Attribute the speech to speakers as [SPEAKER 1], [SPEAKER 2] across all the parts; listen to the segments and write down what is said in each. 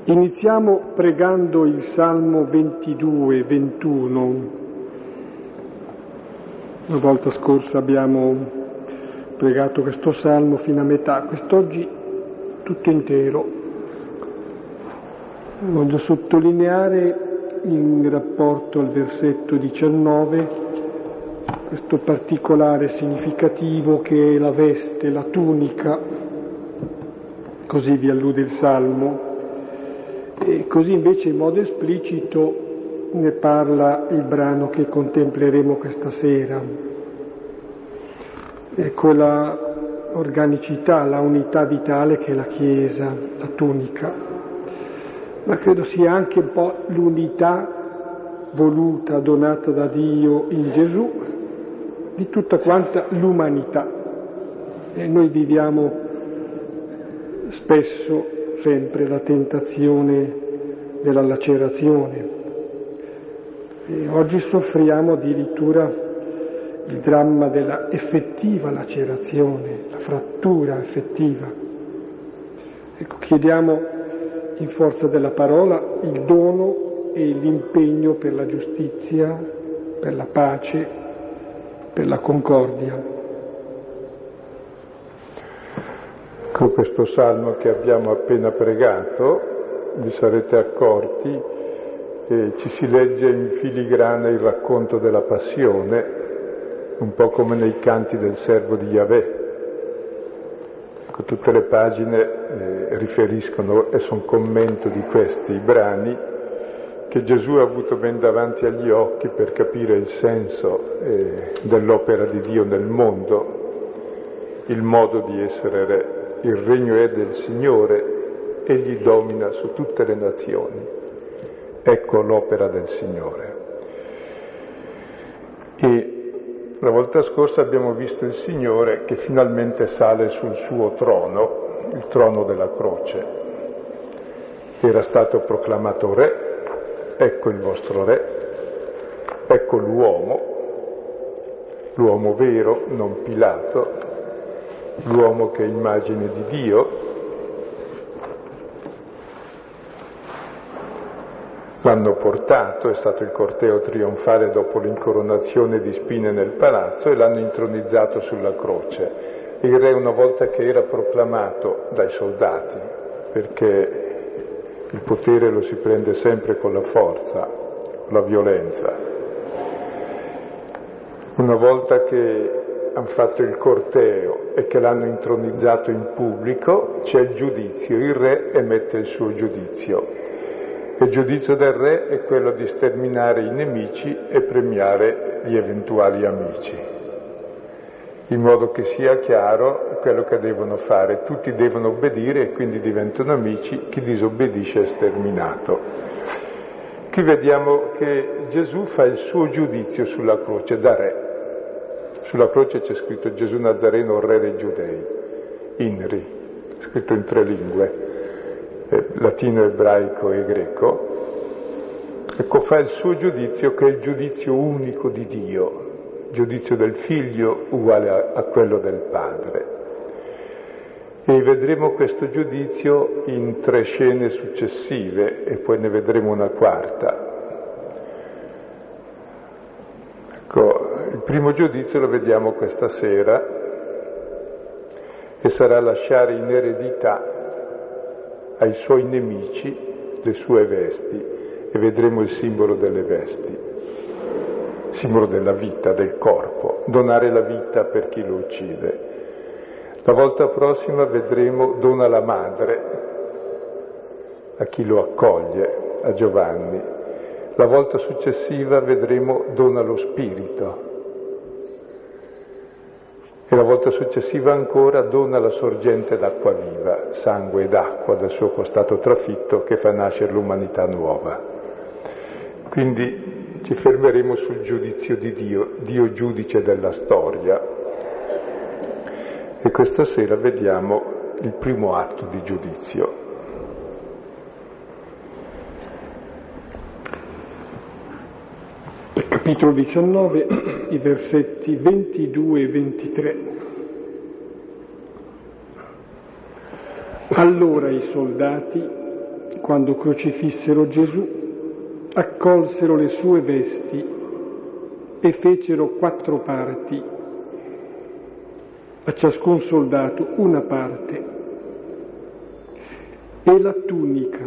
[SPEAKER 1] Iniziamo pregando il Salmo 22-21. La volta scorsa abbiamo pregato questo Salmo fino a metà, quest'oggi tutto intero. Voglio sottolineare in rapporto al versetto 19 questo particolare significativo che è la veste, la tunica, così vi allude il Salmo. E così invece in modo esplicito ne parla il brano che contempleremo questa sera. È quella organicità, la unità vitale che è la Chiesa, la tunica, ma credo sia anche un po' l'unità voluta, donata da Dio in Gesù, di tutta quanta l'umanità. E noi viviamo spesso, sempre, la tentazione della lacerazione. E oggi soffriamo addirittura il dramma della effettiva lacerazione, la frattura effettiva. Ecco, chiediamo in forza della parola il dono e l'impegno per la giustizia, per la pace, per la concordia.
[SPEAKER 2] Con questo salmo che abbiamo appena pregato, vi sarete accorti che ci si legge in filigrana il racconto della passione, un po' come nei canti del servo di Yahweh. Tutte le pagine riferiscono e sono commento di questi brani che Gesù ha avuto ben davanti agli occhi per capire il senso dell'opera di Dio nel mondo, il modo di essere re. Il regno è del Signore, egli domina su tutte le nazioni. Ecco l'opera del Signore. E la volta scorsa abbiamo visto il Signore che finalmente sale sul suo trono, il trono della croce. Era stato proclamato re, ecco il vostro re, ecco l'uomo vero, non Pilato, l'uomo che è immagine di Dio. L'hanno portato, è stato il corteo trionfale dopo l'incoronazione di spine nel palazzo e l'hanno intronizzato sulla croce. Il re, una volta che era proclamato dai soldati, perché il potere lo si prende sempre con la forza, con la violenza, una volta che hanno fatto il corteo e che l'hanno intronizzato in pubblico, c'è il giudizio, il re emette il suo giudizio. Il giudizio del re è quello di sterminare i nemici e premiare gli eventuali amici, in modo che sia chiaro quello che devono fare. Tutti devono obbedire e quindi diventano amici, chi disobbedisce è sterminato. Qui vediamo che Gesù fa il suo giudizio sulla croce da re. Sulla croce c'è scritto Gesù Nazareno, re dei Giudei, INRI, scritto in 3 lingue, latino, ebraico e greco. Ecco, fa il suo giudizio che è il giudizio unico di Dio, giudizio del Figlio uguale a quello del Padre. E vedremo questo giudizio in 3 scene successive e poi ne vedremo una quarta. Ecco, il primo giudizio lo vediamo questa sera e sarà lasciare in eredità ai suoi nemici le sue vesti e vedremo il simbolo delle vesti, simbolo della vita, del corpo, donare la vita per chi lo uccide. La volta prossima vedremo dona la madre a chi lo accoglie, a Giovanni. La volta successiva vedremo dona lo Spirito e la volta successiva ancora dona la sorgente d'acqua viva, sangue ed acqua dal suo costato trafitto che fa nascere l'umanità nuova. Quindi ci fermeremo sul giudizio di Dio, Dio giudice della storia, e questa sera vediamo il primo atto di giudizio.
[SPEAKER 1] Capitolo 19, i versetti 22 e 23. Allora i soldati quando crocifissero Gesù, accolsero le sue vesti e fecero 4 parti, a ciascun soldato una parte, e la tunica.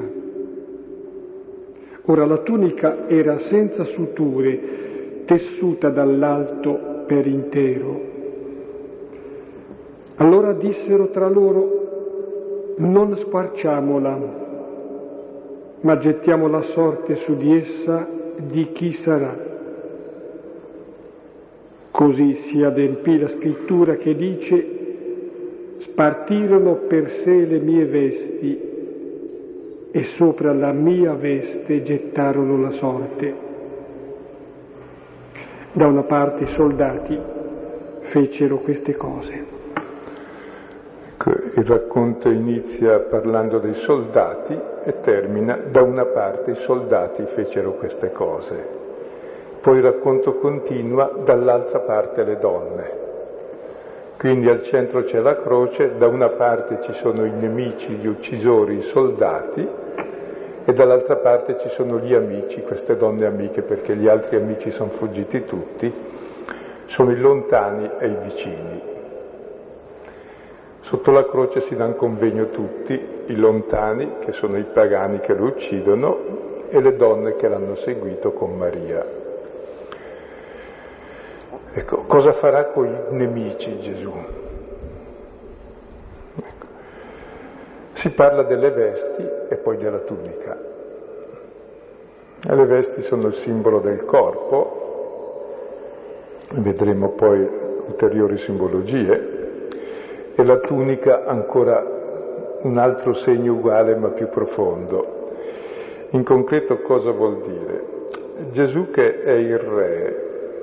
[SPEAKER 1] Ora la tunica era senza suture, tessuta dall'alto per intero. Allora dissero tra loro: non squarciamola, ma gettiamo la sorte su di essa di chi sarà. Così si adempì la scrittura che dice: spartirono per sé le mie vesti e sopra la mia veste gettarono la sorte. Da una parte i soldati fecero queste cose.
[SPEAKER 2] Il racconto inizia parlando dei soldati e termina: da una parte i soldati fecero queste cose. Poi il racconto continua: dall'altra parte le donne. Quindi al centro c'è la croce, da una parte ci sono i nemici, gli uccisori, i soldati, e dall'altra parte ci sono gli amici, queste donne amiche, perché gli altri amici sono fuggiti tutti, sono i lontani e i vicini. Sotto la croce si dà un convegno tutti, i lontani, che sono i pagani che lo uccidono, e le donne che l'hanno seguito con Maria. Ecco, cosa farà con i nemici Gesù? Ecco. Si parla delle vesti e poi della tunica. Le vesti sono il simbolo del corpo, vedremo poi ulteriori simbologie, e la tunica ancora un altro segno uguale ma più profondo. In concreto cosa vuol dire? Gesù, che è il Re,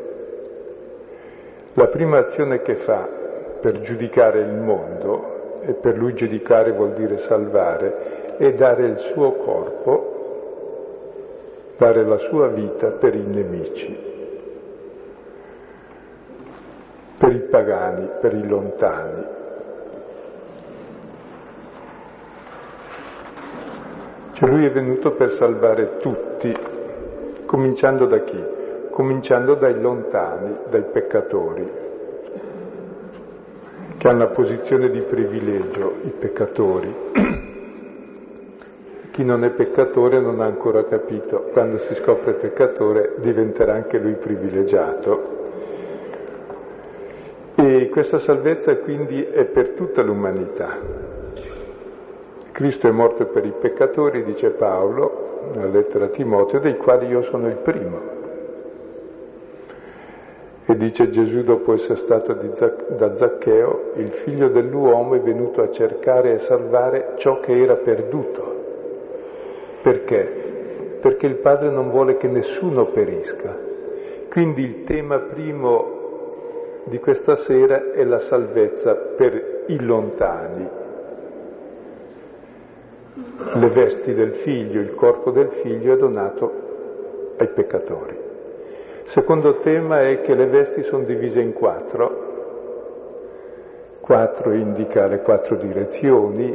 [SPEAKER 2] la prima azione che fa per giudicare il mondo, e per lui giudicare vuol dire salvare, è dare il suo corpo, dare la sua vita per i nemici, per i pagani, per i lontani. Cioè lui è venuto per salvare tutti, cominciando da chi? Cominciando dai lontani, dai peccatori, che hanno una posizione di privilegio, i peccatori. Chi non è peccatore non ha ancora capito, quando si scopre peccatore diventerà anche lui privilegiato. E questa salvezza quindi è per tutta l'umanità. Cristo è morto per i peccatori, dice Paolo, nella lettera a Timoteo, dei quali io sono il primo. E dice Gesù, dopo essere stato da Zaccheo: il figlio dell'uomo è venuto a cercare e salvare ciò che era perduto. Perché? Perché il Padre non vuole che nessuno perisca. Quindi il tema primo di questa sera è la salvezza per i lontani. Le vesti del figlio, il corpo del figlio è donato ai peccatori. Secondo tema è che le vesti sono divise in 4. 4 indica le 4 direzioni,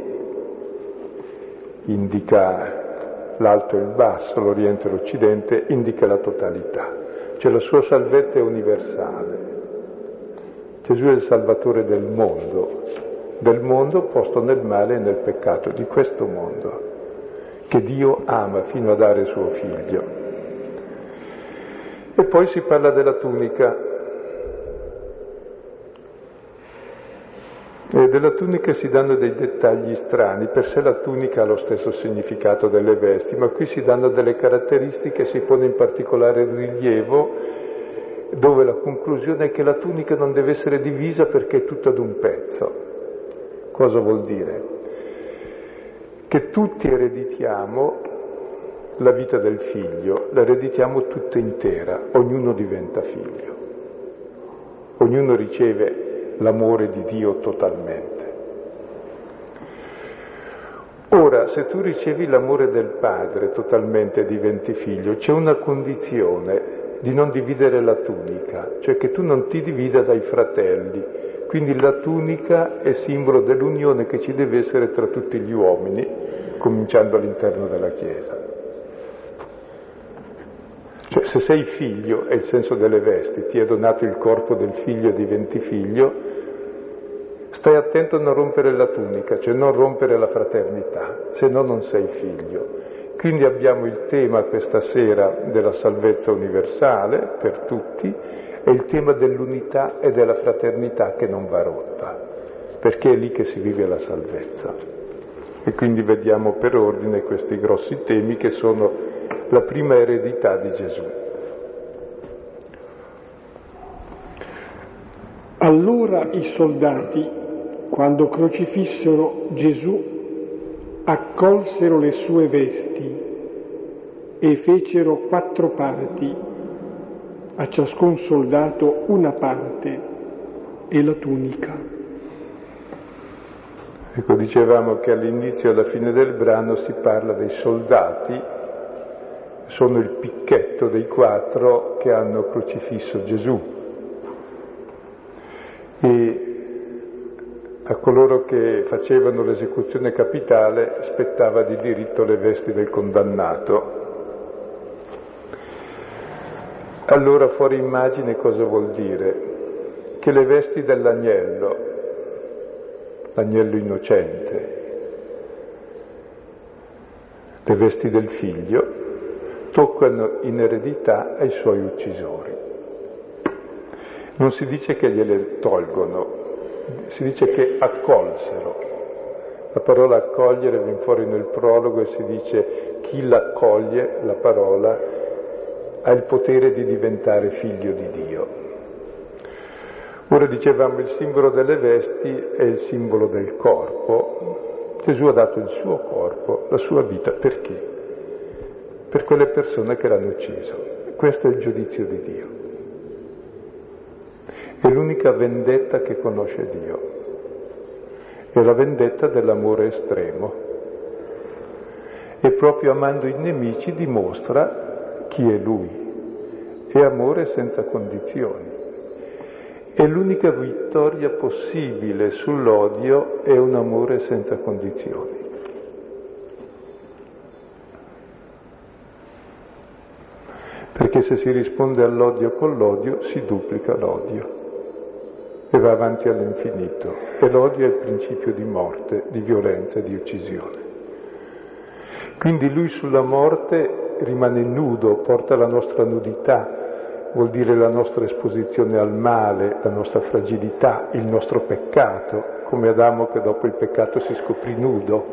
[SPEAKER 2] indica l'alto e il basso, l'oriente e l'occidente, indica la totalità. Cioè la sua salvezza è universale. Gesù è il Salvatore del mondo posto nel male e nel peccato, di questo mondo, che Dio ama fino a dare suo figlio. E poi si parla della tunica. E della tunica si danno dei dettagli strani. Per sé la tunica ha lo stesso significato delle vesti, ma qui si danno delle caratteristiche, si pone in particolare rilievo, dove la conclusione è che la tunica non deve essere divisa perché è tutta ad un pezzo. Cosa vuol dire? Che tutti ereditiamo la vita del figlio, la ereditiamo tutta intera, ognuno diventa figlio, ognuno riceve l'amore di Dio totalmente. Ora, se tu ricevi l'amore del Padre totalmente e diventi figlio, c'è una condizione, di non dividere la tunica, cioè che tu non ti divida dai fratelli. Quindi la tunica è simbolo dell'unione che ci deve essere tra tutti gli uomini, cominciando all'interno della Chiesa. Cioè, se sei figlio, è il senso delle vesti, ti è donato il corpo del figlio e diventi figlio, stai attento a non rompere la tunica, cioè non rompere la fraternità, se no non sei figlio. Quindi abbiamo il tema questa sera della salvezza universale per tutti e il tema dell'unità e della fraternità che non va rotta, perché è lì che si vive la salvezza. E quindi vediamo per ordine questi grossi temi che sono la prima eredità di Gesù.
[SPEAKER 1] Allora i soldati, quando crocifissero Gesù, accolsero le sue vesti e fecero 4 parti, a ciascun soldato una parte e la tunica.
[SPEAKER 2] Ecco, dicevamo che all'inizio e alla fine del brano si parla dei soldati, sono il picchetto dei 4 che hanno crocifisso Gesù. E a coloro che facevano l'esecuzione capitale spettava di diritto le vesti del condannato. Allora fuori immagine cosa vuol dire? Che le vesti dell'agnello, l'agnello innocente, le vesti del figlio, toccano in eredità ai suoi uccisori. Non si dice che gliele tolgono, si dice che accolsero. La parola accogliere viene fuori nel prologo e si dice chi l'accoglie, la parola, ha il potere di diventare figlio di Dio. Ora dicevamo il simbolo delle vesti è il simbolo del corpo. Gesù ha dato il suo corpo, la sua vita, perché? Per quelle persone che l'hanno ucciso. Questo è il giudizio di Dio. È l'unica vendetta che conosce Dio. È la vendetta dell'amore estremo. E proprio amando i nemici dimostra chi è Lui. È amore senza condizioni. E l'unica vittoria possibile sull'odio è un amore senza condizioni. Perché se si risponde all'odio con l'odio, si duplica l'odio e va avanti all'infinito. E l'odio è il principio di morte, di violenza e di uccisione. Quindi lui sulla morte rimane nudo, porta la nostra nudità, vuol dire la nostra esposizione al male, la nostra fragilità, il nostro peccato, come Adamo che dopo il peccato si scoprì nudo.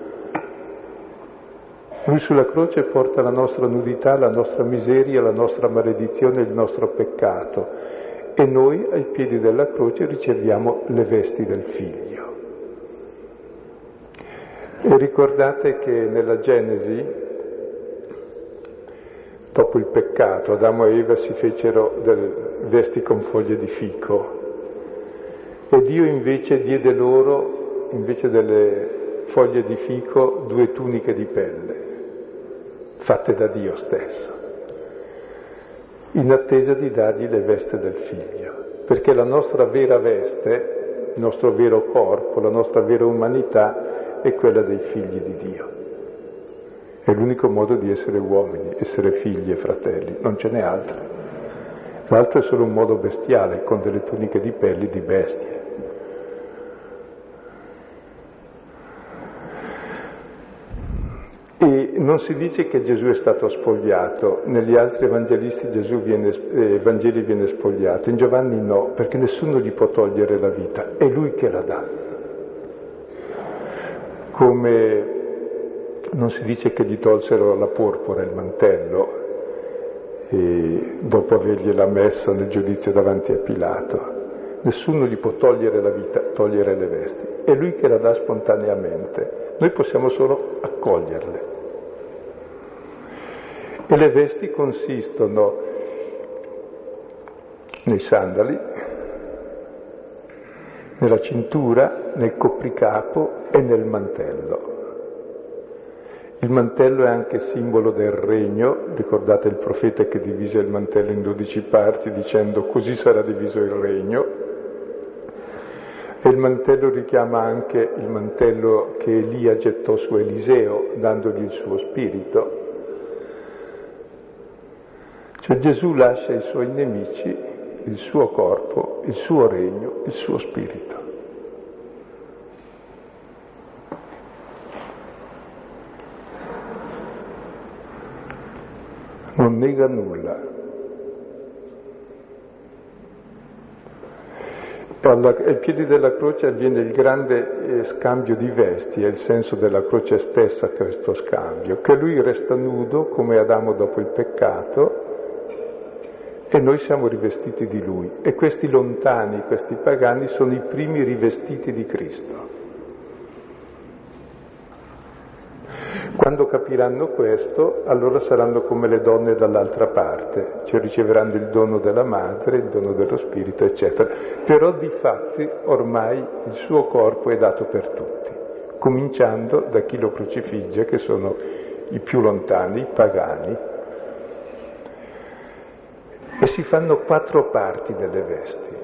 [SPEAKER 2] Lui sulla croce porta la nostra nudità, la nostra miseria, la nostra maledizione, il nostro peccato. E noi ai piedi della croce riceviamo le vesti del Figlio. E ricordate che nella Genesi, dopo il peccato, Adamo e Eva si fecero delle vesti con foglie di fico e Dio invece diede loro, invece delle foglie di fico, 2 tuniche di pelle, fatte da Dio stesso, in attesa di dargli le vesti del Figlio, perché la nostra vera veste, il nostro vero corpo, la nostra vera umanità è quella dei figli di Dio. È l'unico modo di essere uomini, essere figli e fratelli, non ce n'è altro. L'altro è solo un modo bestiale, con delle tuniche di pelli di bestie. E non si dice che Gesù è stato spogliato, negli altri evangelisti Vangeli viene spogliato, in Giovanni no, perché nessuno gli può togliere la vita, è lui che la dà. Come non si dice che gli tolsero la porpora, il mantello, e dopo avergliela messa nel giudizio davanti a Pilato. Nessuno gli può togliere la vita, togliere le vesti, è lui che la dà spontaneamente, noi possiamo solo accoglierle. E le vesti consistono nei sandali, nella cintura, nel copricapo e nel mantello. Il mantello è anche simbolo del regno, ricordate il profeta che divise il mantello in 12 parti dicendo così sarà diviso il regno, e il mantello richiama anche il mantello che Elia gettò su Eliseo dandogli il suo spirito. Cioè Gesù lascia ai suoi nemici il suo corpo, il suo regno, il suo spirito. Non nega nulla. Ai piedi della croce avviene il grande scambio di vesti, è il senso della croce stessa questo scambio, che lui resta nudo come Adamo dopo il peccato e noi siamo rivestiti di lui. E questi lontani, questi pagani, sono i primi rivestiti di Cristo. Quando capiranno questo, allora saranno come le donne dall'altra parte, cioè riceveranno il dono della madre, il dono dello spirito, eccetera. Però di fatti ormai il suo corpo è dato per tutti, cominciando da chi lo crocifigge, che sono i più lontani, i pagani. E si fanno 4 parti delle vesti,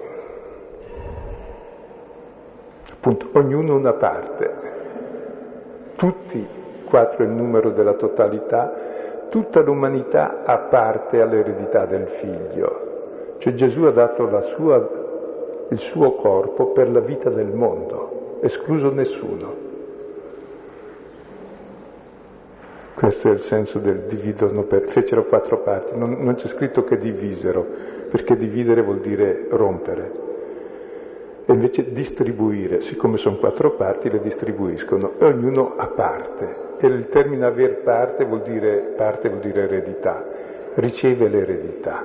[SPEAKER 2] appunto, ognuno una parte, tutti 4 è il numero della totalità, tutta l'umanità ha parte all'eredità del Figlio. Cioè Gesù ha dato il suo corpo per la vita del mondo, escluso nessuno. Questo è il senso del dividono, fecero 4 parti, non c'è scritto che divisero, perché dividere vuol dire rompere. E invece distribuire, siccome sono 4 parti, le distribuiscono, e ognuno ha parte. E il termine aver parte vuol dire eredità, riceve l'eredità.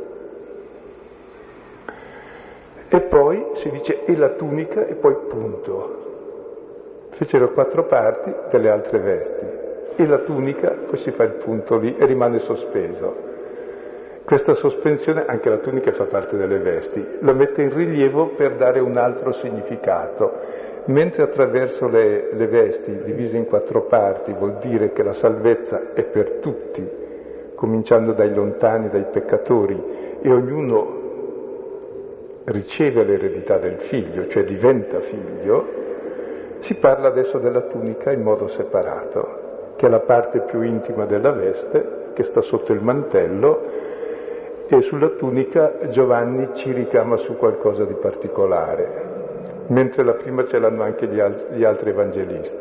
[SPEAKER 2] E poi si dice e la tunica e poi punto. Fecero 4 parti delle altre vesti. E la tunica, poi si fa il punto lì e rimane sospeso. Questa sospensione, anche la tunica fa parte delle vesti, la mette in rilievo per dare un altro significato. Mentre attraverso le vesti, divise in 4 parti, vuol dire che la salvezza è per tutti, cominciando dai lontani, dai peccatori, e ognuno riceve l'eredità del figlio, cioè diventa figlio, si parla adesso della tunica in modo separato, che è la parte più intima della veste, che sta sotto il mantello, e sulla tunica Giovanni ci richiama su qualcosa di particolare, mentre la prima ce l'hanno anche gli altri evangelisti.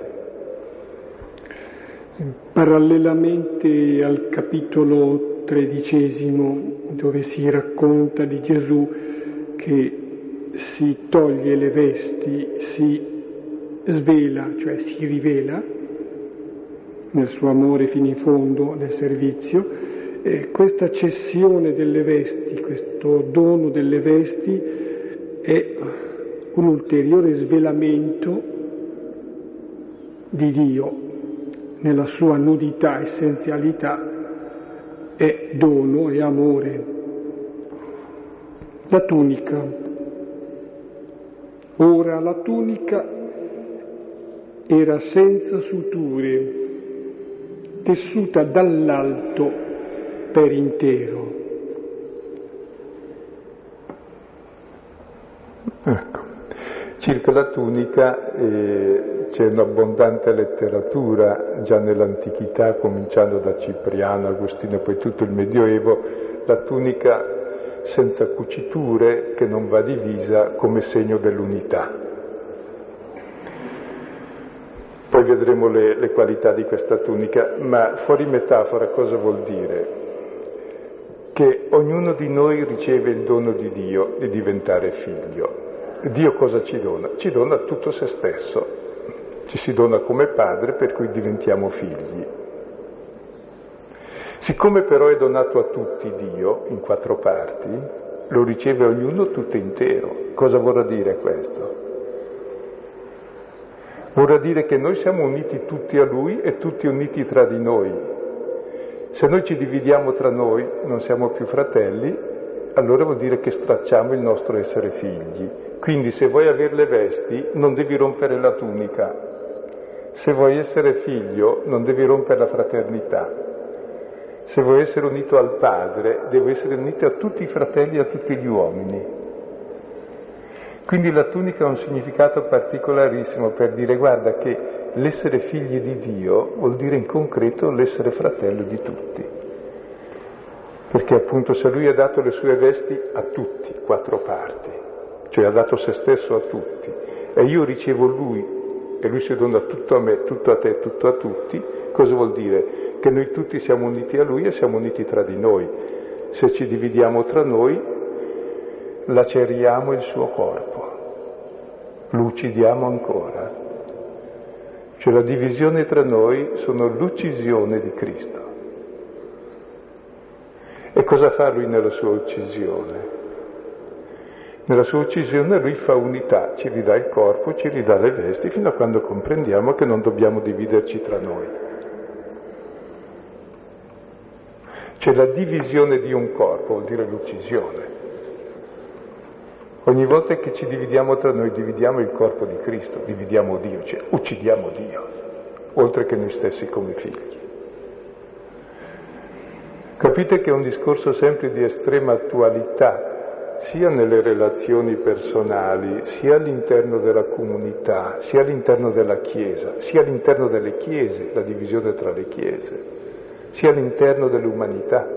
[SPEAKER 1] Parallelamente al capitolo 13, dove si racconta di Gesù che si toglie le vesti, si svela, cioè si rivela nel suo amore fino in fondo, nel servizio, questa cessione delle vesti, questo dono delle vesti è un ulteriore svelamento di Dio nella sua nudità, essenzialità, è dono, è amore. La tunica. Ora la tunica era senza suture, tessuta dall'alto per intero.
[SPEAKER 2] Ecco. Circa la tunica c'è un'abbondante letteratura già nell'antichità, cominciando da Cipriano, Agostino, poi tutto il Medioevo, la tunica senza cuciture, che non va divisa, come segno dell'unità. Poi vedremo le qualità di questa tunica, ma fuori metafora cosa vuol dire? Che ognuno di noi riceve il dono di Dio di diventare figlio. Dio cosa ci dona? Ci dona tutto se stesso, ci si dona come padre, per cui diventiamo figli. Siccome però è donato a tutti Dio, in 4 parti, lo riceve ognuno tutto intero. Cosa vorrà dire questo? Vorrà dire che noi siamo uniti tutti a Lui e tutti uniti tra di noi. Se noi ci dividiamo tra noi, non siamo più fratelli, allora vuol dire che stracciamo il nostro essere figli. Quindi se vuoi avere le vesti non devi rompere la tunica. Se vuoi essere figlio non devi rompere la fraternità. Se vuoi essere unito al Padre, devi essere unito a tutti i fratelli e a tutti gli uomini. Quindi la tunica ha un significato particolarissimo per dire, guarda, che l'essere figli di Dio vuol dire in concreto l'essere fratello di tutti. Perché appunto se Lui ha dato le sue vesti a tutti, 4 parti, cioè ha dato se stesso a tutti, e io ricevo Lui, e Lui si dona tutto a me, tutto a te, tutto a tutti, cosa vuol dire? Che noi tutti siamo uniti a Lui e siamo uniti tra di noi. Se ci dividiamo tra noi, laceriamo il suo corpo, lo uccidiamo ancora. Cioè la divisione tra noi sono l'uccisione di Cristo. E cosa fa Lui nella sua uccisione? Nella sua uccisione Lui fa unità, ci ridà il corpo, ci ridà le vesti, fino a quando comprendiamo che non dobbiamo dividerci tra noi. Cioè la divisione di un corpo vuol dire l'uccisione. Ogni volta che ci dividiamo tra noi, dividiamo il corpo di Cristo, dividiamo Dio, cioè uccidiamo Dio, oltre che noi stessi come figli. Capite che è un discorso sempre di estrema attualità, sia nelle relazioni personali, sia all'interno della comunità, sia all'interno della Chiesa, sia all'interno delle Chiese, la divisione tra le Chiese, sia all'interno dell'umanità.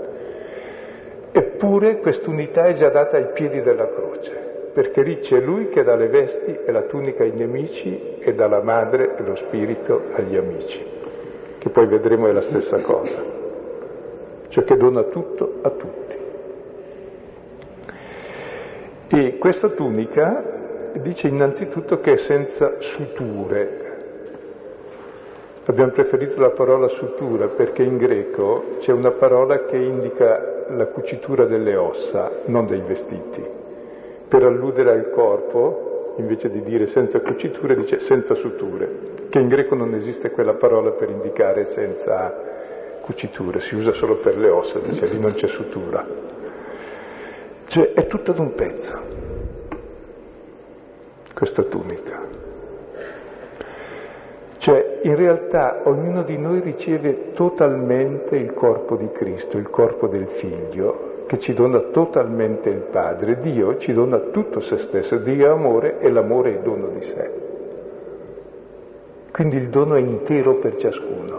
[SPEAKER 2] Eppure quest'unità è già data ai piedi della croce, perché lì c'è Lui che dà le vesti e la tunica ai nemici e dà la madre e lo spirito agli amici, che poi vedremo è la stessa cosa, cioè che dona tutto a tutti. E questa tunica dice innanzitutto che è senza suture. Abbiamo preferito la parola sutura perché in greco c'è una parola che indica la cucitura delle ossa, non dei vestiti. Per alludere al corpo, invece di dire senza cuciture, dice senza suture, che in greco non esiste quella parola per indicare senza cuciture, si usa solo per le ossa, dice lì non c'è sutura. Cioè è tutto ad un pezzo, questa tunica. Cioè, in realtà ognuno di noi riceve totalmente il corpo di Cristo, il corpo del Figlio, che ci dona totalmente il Padre. Dio ci dona tutto se stesso, Dio è amore e l'amore è dono di sé. Quindi il dono è intero per ciascuno.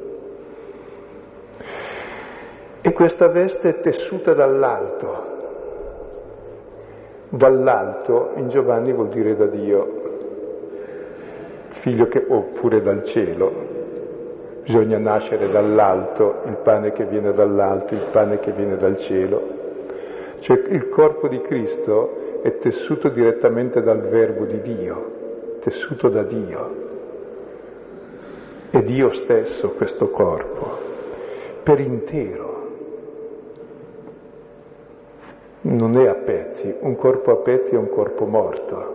[SPEAKER 2] E questa veste è tessuta dall'alto. Dall'alto in Giovanni vuol dire da Dio. Figlio che, oppure dal cielo, bisogna nascere dall'alto, il pane che viene dall'alto, il pane che viene dal cielo. Cioè il corpo di Cristo è tessuto direttamente dal verbo di Dio, tessuto da Dio. È Dio stesso questo corpo, per intero. Non è a pezzi, un corpo a pezzi è un corpo morto.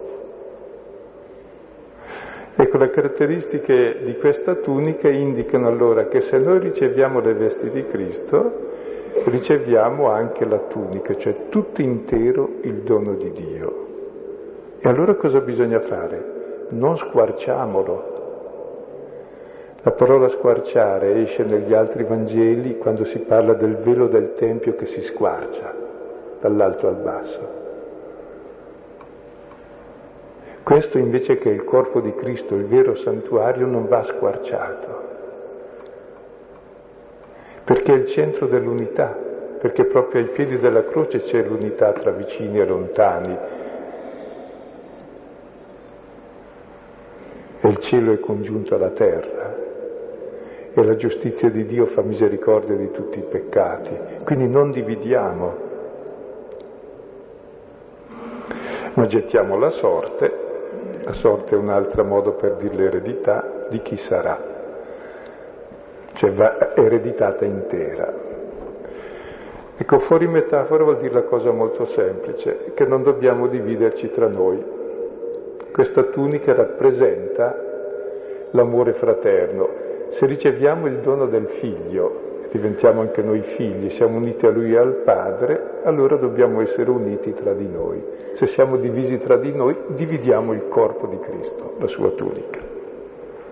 [SPEAKER 2] Ecco, le caratteristiche di questa tunica indicano allora che se noi riceviamo le vesti di Cristo, riceviamo anche la tunica, cioè tutto intero il dono di Dio. E allora cosa bisogna fare? Non squarciamolo. La parola squarciare esce negli altri Vangeli quando si parla del velo del Tempio che si squarcia, dall'alto al basso. Questo invece che è il corpo di Cristo, il vero santuario, non va squarciato, perché è il centro dell'unità, perché proprio ai piedi della croce c'è l'unità tra vicini e lontani. E il cielo è congiunto alla terra, e la giustizia di Dio fa misericordia di tutti i peccati. Quindi non dividiamo, ma gettiamo la sorte. La sorte è un altro modo per dire l'eredità di chi sarà, cioè va ereditata intera. Ecco, fuori metafora vuol dire la cosa molto semplice, che non dobbiamo dividerci tra noi. Questa tunica rappresenta l'amore fraterno. Se riceviamo il dono del Figlio, diventiamo anche noi figli, siamo uniti a Lui e al Padre, allora dobbiamo essere uniti tra di noi. Se siamo divisi tra di noi, dividiamo il corpo di Cristo, la sua tunica.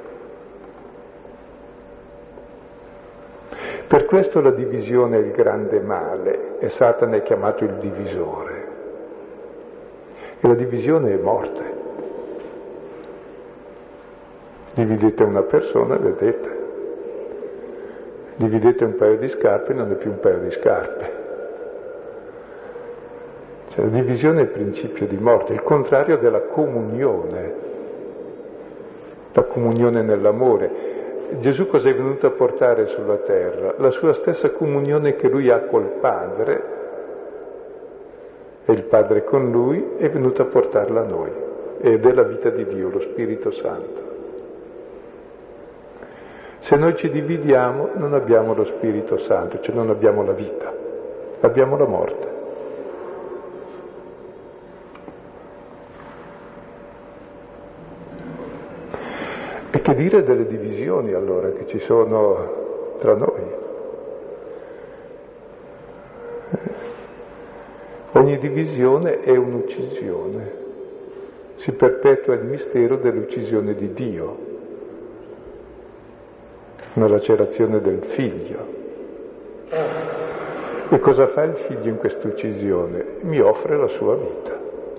[SPEAKER 2] Per questo la divisione è il grande male e Satana è chiamato il divisore. E la divisione è morte. Dividete una persona, vedete. Dividete un paio di scarpe, non è più un paio di scarpe. Cioè, la divisione è il principio di morte, il contrario della comunione, la comunione nell'amore. Gesù cosa è venuto a portare sulla terra? La sua stessa comunione che lui ha col Padre, e il Padre con lui, è venuto a portarla a noi, ed è la vita di Dio, lo Spirito Santo. Se noi ci dividiamo non abbiamo lo Spirito Santo, cioè non abbiamo la vita, abbiamo la morte. E che dire delle divisioni allora che ci sono tra noi? Ogni divisione è un'uccisione, si perpetua il mistero dell'uccisione di Dio, una lacerazione del figlio. E cosa fa il figlio in questa uccisione? Mi offre la sua vita,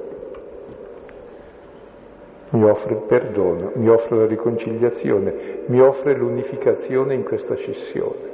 [SPEAKER 2] mi offre il perdono, mi offre la riconciliazione, mi offre l'unificazione in questa scissione.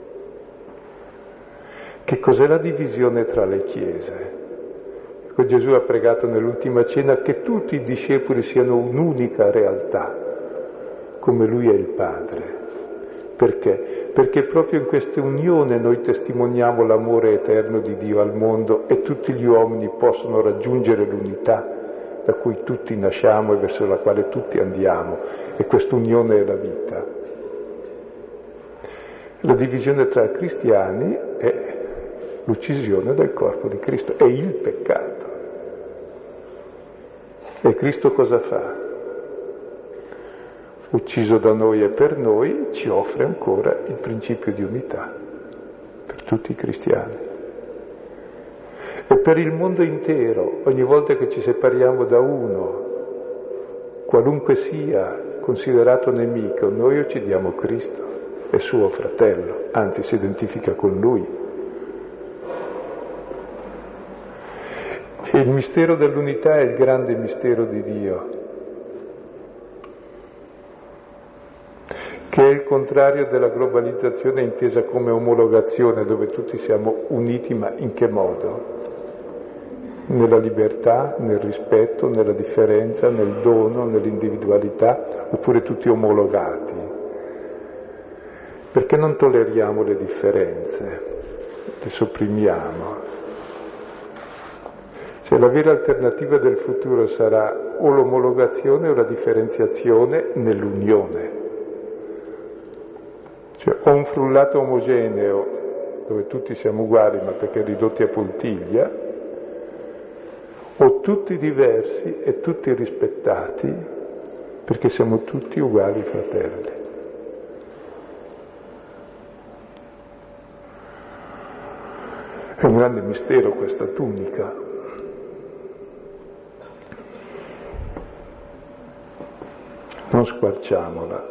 [SPEAKER 2] Che cos'è la divisione tra le chiese? Ecco, Gesù ha pregato nell'ultima cena che tutti i discepoli siano un'unica realtà, come lui è il Padre. Perché? Perché proprio in questa unione noi testimoniamo l'amore eterno di Dio al mondo e tutti gli uomini possono raggiungere l'unità da cui tutti nasciamo e verso la quale tutti andiamo, e questa unione è la vita. La divisione tra cristiani è l'uccisione del corpo di Cristo, è il peccato. E Cristo cosa fa? Ucciso da noi e per noi, ci offre ancora il principio di unità per tutti i cristiani. E per il mondo intero, ogni volta che ci separiamo da uno, qualunque sia considerato nemico, noi uccidiamo Cristo, è suo fratello, anzi si identifica con lui. E il mistero dell'unità è il grande mistero di Dio, che è il contrario della globalizzazione intesa come omologazione, dove tutti siamo uniti, ma in che modo? Nella libertà, nel rispetto, nella differenza, nel dono, nell'individualità, oppure tutti omologati? Perché non tolleriamo le differenze, le sopprimiamo? Cioè, la vera alternativa del futuro sarà o l'omologazione o la differenziazione nell'unione. Cioè, o un frullato omogeneo, dove tutti siamo uguali ma perché ridotti a puntiglia, o tutti diversi e tutti rispettati perché siamo tutti uguali fratelli. È un grande mistero questa tunica. Non squarciamola.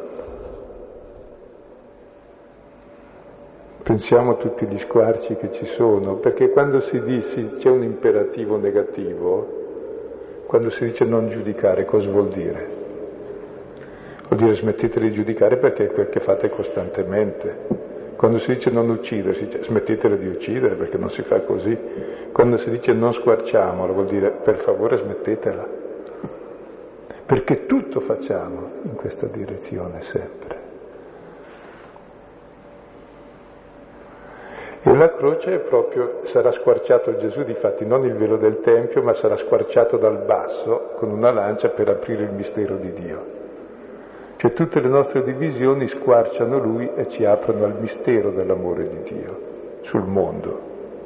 [SPEAKER 2] Pensiamo a tutti gli squarci che ci sono, perché quando si dice c'è un imperativo negativo, quando si dice non giudicare, cosa vuol dire? Vuol dire smettete di giudicare perché è quel che fate costantemente. Quando si dice non uccidere, si dice smettetela di uccidere perché non si fa così. Quando si dice non squarciamolo, vuol dire per favore smettetela. Perché tutto facciamo in questa direzione sempre. E la croce è proprio, sarà squarciato Gesù, difatti non il velo del Tempio, ma sarà squarciato dal basso con una lancia per aprire il mistero di Dio. Cioè tutte le nostre divisioni squarciano Lui e ci aprono al mistero dell'amore di Dio sul mondo.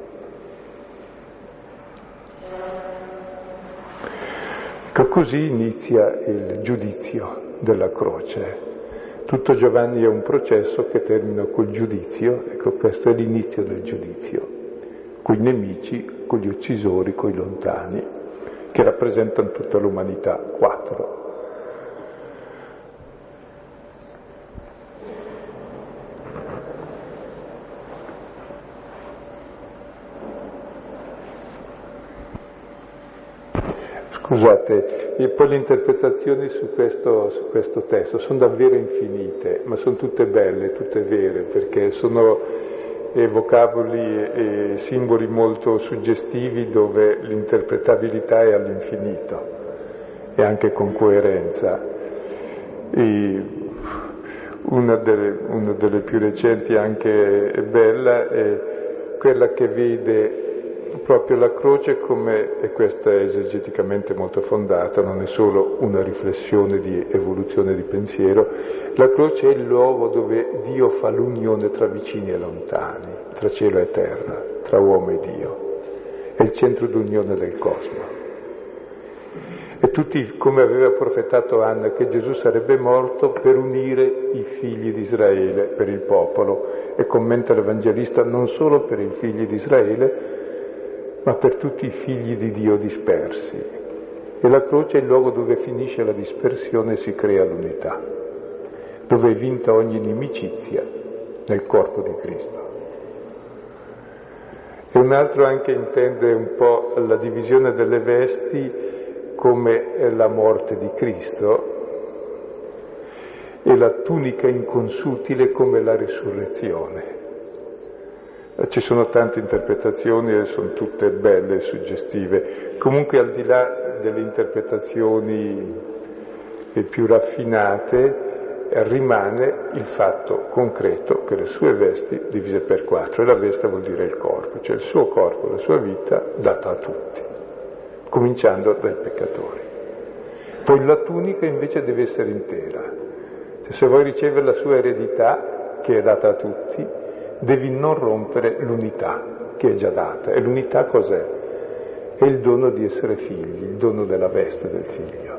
[SPEAKER 2] Ecco, così inizia il giudizio della croce. Tutto Giovanni è un processo che termina col giudizio, ecco questo è l'inizio del giudizio, coi nemici, con gli uccisori, coi lontani, che rappresentano tutta l'umanità, 4. Scusate, e poi le interpretazioni su questo testo sono davvero infinite, ma sono tutte belle, tutte vere, perché sono vocaboli e simboli molto suggestivi dove l'interpretabilità è all'infinito e anche con coerenza. E una delle più recenti, anche bella, è quella che vede proprio la croce come, e questa è esegeticamente molto fondata, non è solo una riflessione di evoluzione di pensiero, la croce è il luogo dove Dio fa l'unione tra vicini e lontani, tra cielo e terra, tra uomo e Dio, è il centro d'unione del cosmo. E tutti, come aveva profetato Anna, che Gesù sarebbe morto per unire i figli di Israele, per il popolo, e commenta l'Evangelista non solo per i figli di Israele, ma per tutti i figli di Dio dispersi. E la croce è il luogo dove finisce la dispersione e si crea l'unità, dove è vinta ogni inimicizia nel corpo di Cristo. E un altro anche intende un po' la divisione delle vesti come la morte di Cristo e la tunica inconsutile come la risurrezione. Ci sono tante interpretazioni e sono tutte belle e suggestive. Comunque, al di là delle interpretazioni più raffinate, rimane il fatto concreto che le sue vesti divise per 4, e la veste vuol dire il corpo, cioè il suo corpo, la sua vita data a tutti, cominciando dai peccatori. Poi la tunica invece deve essere intera, cioè, se vuoi ricevere la sua eredità, che è data a tutti, devi non rompere l'unità che è già data. E l'unità cos'è? È il dono di essere figli, il dono della veste del figlio.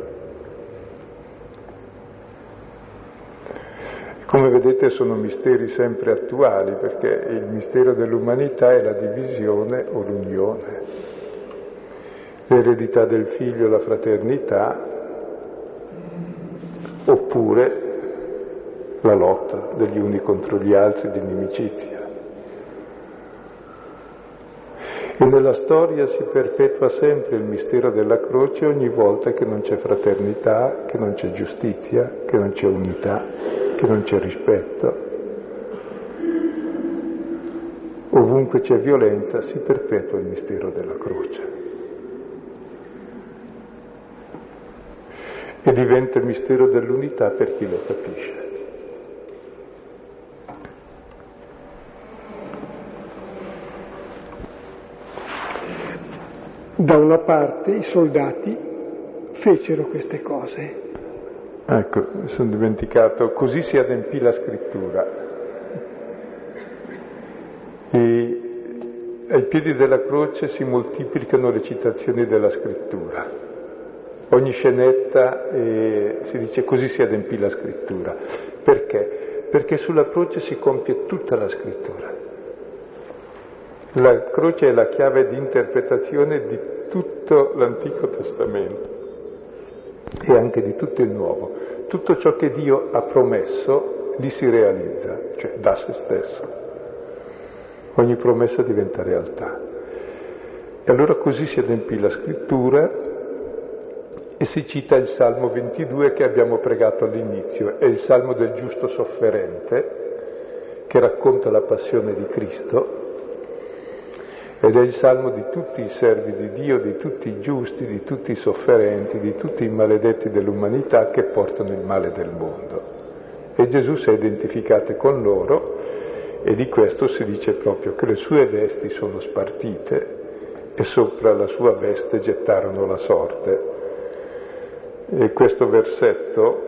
[SPEAKER 2] Come vedete sono misteri sempre attuali, perché il mistero dell'umanità è la divisione o l'unione. L'eredità del figlio, la fraternità, oppure la lotta degli uni contro gli altri, di inimicizia. E nella storia si perpetua sempre il mistero della croce ogni volta che non c'è fraternità, che non c'è giustizia, che non c'è unità, che non c'è rispetto. Ovunque c'è violenza si perpetua il mistero della croce. E diventa il mistero dell'unità per chi lo capisce.
[SPEAKER 1] Da una parte i soldati fecero queste cose.
[SPEAKER 2] Ecco, mi sono dimenticato, così si adempì la scrittura. E ai piedi della croce si moltiplicano le citazioni della scrittura. Ogni scenetta si dice così si adempì la scrittura. Perché? Perché sulla croce si compie tutta la scrittura. La croce è la chiave di interpretazione di tutto l'Antico Testamento e anche di tutto il Nuovo. Tutto ciò che Dio ha promesso lì si realizza, cioè da se stesso. Ogni promessa diventa realtà. E allora così si adempì la scrittura e si cita il Salmo 22 che abbiamo pregato all'inizio. È il Salmo del giusto sofferente che racconta la passione di Cristo. Ed è il salmo di tutti i servi di Dio, di tutti i giusti, di tutti i sofferenti, di tutti i maledetti dell'umanità che portano il male del mondo. E Gesù si è identificato con loro e di questo si dice proprio che le sue vesti sono spartite e sopra la sua veste gettarono la sorte. E questo versetto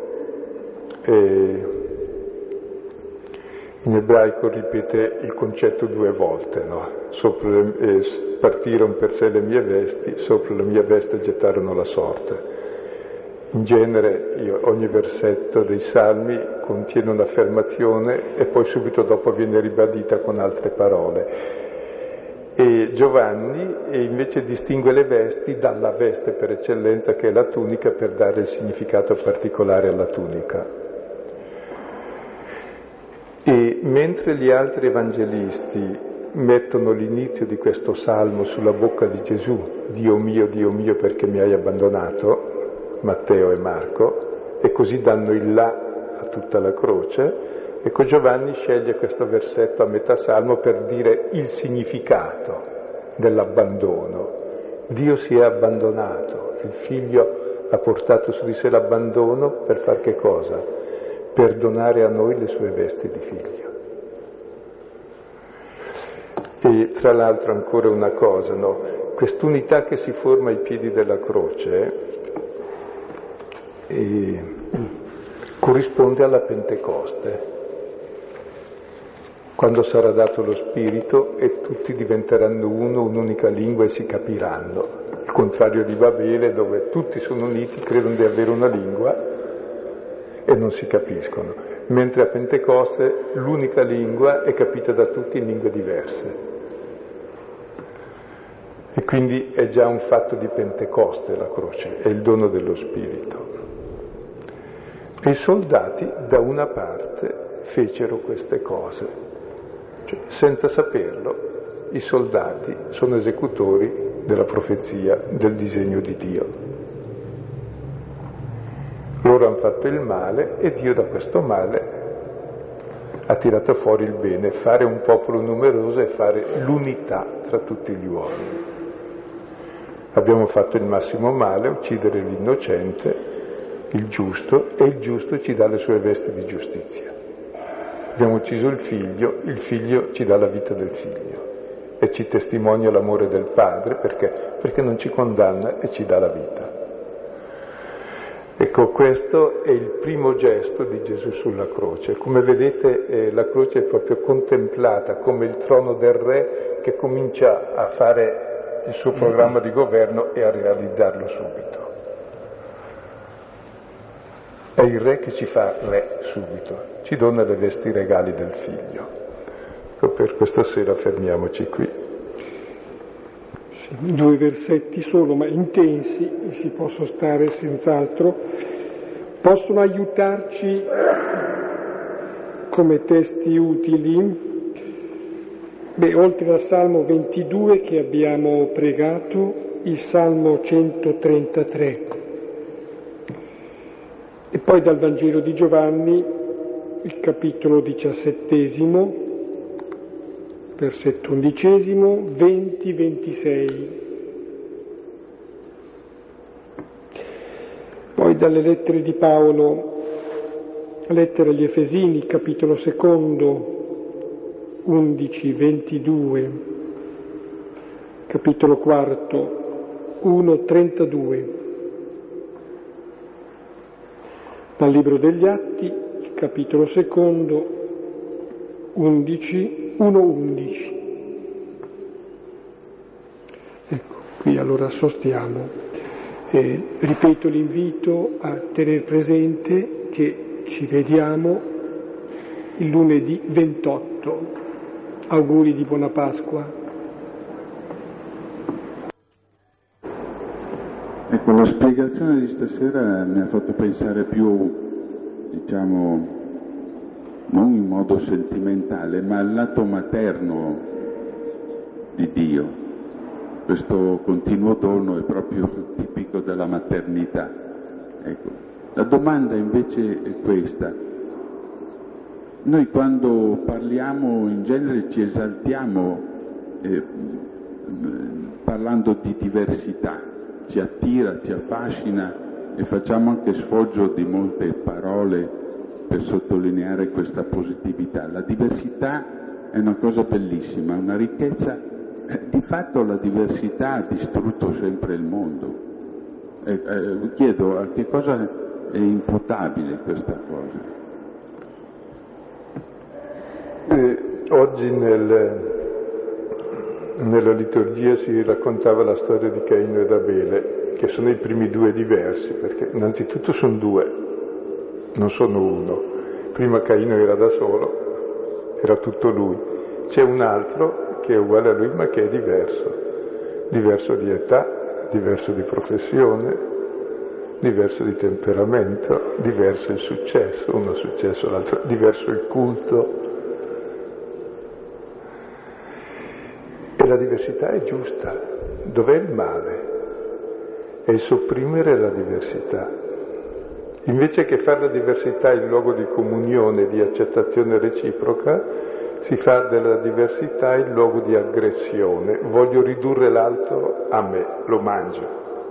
[SPEAKER 2] in ebraico ripete il concetto 2 volte, no? Partirono per sé le mie vesti, sopra la mia veste gettarono la sorte. In genere ogni versetto dei Salmi contiene un'affermazione e poi subito dopo viene ribadita con altre parole. E Giovanni invece distingue le vesti dalla veste per eccellenza che è la tunica, per dare il significato particolare alla tunica. E mentre gli altri evangelisti mettono l'inizio di questo salmo sulla bocca di Gesù, Dio mio perché mi hai abbandonato, Matteo e Marco, e così danno il là a tutta la croce. Ecco, Giovanni sceglie questo versetto a metà salmo per dire il significato dell'abbandono. Dio si è abbandonato, il figlio ha portato su di sé l'abbandono per far che cosa? Per donare a noi le sue vesti di figlio. E tra l'altro ancora una cosa, no? Quest'unità che si forma ai piedi della croce corrisponde alla Pentecoste, quando sarà dato lo Spirito e tutti diventeranno uno, un'unica lingua e si capiranno. Il contrario di Babele, dove tutti sono uniti, credono di avere una lingua e non si capiscono, mentre a Pentecoste l'unica lingua è capita da tutti in lingue diverse. E quindi è già un fatto di Pentecoste la croce, è il dono dello Spirito. E i soldati da una parte fecero queste cose, cioè, senza saperlo, i soldati sono esecutori della profezia, del disegno di Dio. Loro hanno fatto il male e Dio da questo male ha tirato fuori il bene, fare un popolo numeroso e fare l'unità tra tutti gli uomini. Abbiamo fatto il massimo male, uccidere l'innocente, il giusto, e il giusto ci dà le sue vesti di giustizia. Abbiamo ucciso il figlio ci dà la vita del figlio e ci testimonia l'amore del padre, perché non ci condanna e ci dà la vita. Ecco, questo è il primo gesto di Gesù sulla croce. Come vedete, la croce è proprio contemplata come il trono del re che comincia a fare il suo programma di governo e a realizzarlo subito. È il re che ci fa re subito, ci dona le vesti regali del figlio. Per questa sera fermiamoci qui.
[SPEAKER 1] Sì, 2 versetti solo, ma intensi, e si può stare senz'altro, possono aiutarci come testi utili. Oltre al Salmo 22 che abbiamo pregato, il Salmo 133. E poi dal Vangelo di Giovanni, il capitolo 17, versetto 11, 20-26. Poi dalle lettere di Paolo, lettera agli Efesini, capitolo 2, 11-22, capitolo 4, 1-32. Dal Libro degli Atti, capitolo 2, 1-11. Ecco, qui allora sostiamo. Ripeto l'invito a tenere presente che ci vediamo il lunedì 28. Auguri di buona Pasqua.
[SPEAKER 3] Ecco, la spiegazione di stasera mi ha fatto pensare più, diciamo, non in modo sentimentale, ma al lato materno di Dio. Questo continuo dono è proprio tipico della maternità. Ecco, la domanda invece è questa. Noi quando parliamo in genere ci esaltiamo parlando di diversità, ci attira, ci affascina e facciamo anche sfoggio di molte parole per sottolineare questa positività. La diversità è una cosa bellissima, una ricchezza. Di fatto la diversità ha distrutto sempre il mondo. Chiedo a che cosa è imputabile questa cosa?
[SPEAKER 2] Oggi nella liturgia si raccontava la storia di Caino ed Abele, che sono i primi due diversi, perché innanzitutto sono due, non sono uno. Prima Caino era da solo, era tutto lui. C'è un altro che è uguale a lui ma che è diverso di età, diverso di professione, diverso di temperamento, diverso il successo, uno successo, l'altro, diverso il culto. la diversità è giusta. Dov'è il male? È il sopprimere la diversità. Invece che fare la diversità il luogo di comunione, di accettazione reciproca, si fa della diversità il luogo di aggressione. Voglio ridurre l'altro a me, lo mangio.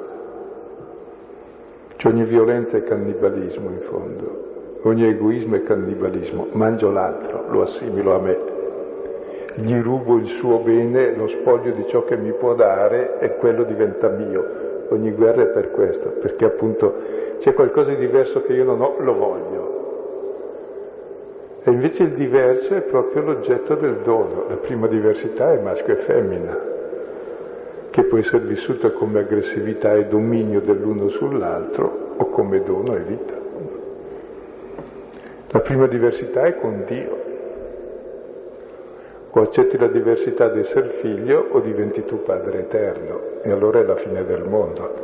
[SPEAKER 2] Cioè ogni violenza è cannibalismo in fondo, ogni egoismo è cannibalismo. Mangio l'altro, lo assimilo a me, gli rubo il suo bene, lo spoglio di ciò che mi può dare e quello diventa mio. Ogni guerra è per questo, perché appunto c'è qualcosa di diverso che io non ho, lo voglio. E invece il diverso è proprio l'oggetto del dono. La prima diversità è maschio e femmina, che può essere vissuta come aggressività e dominio dell'uno sull'altro o come dono e vita. La prima diversità è con Dio. O accetti la diversità di essere figlio o diventi tu Padre eterno, e allora è la fine del mondo.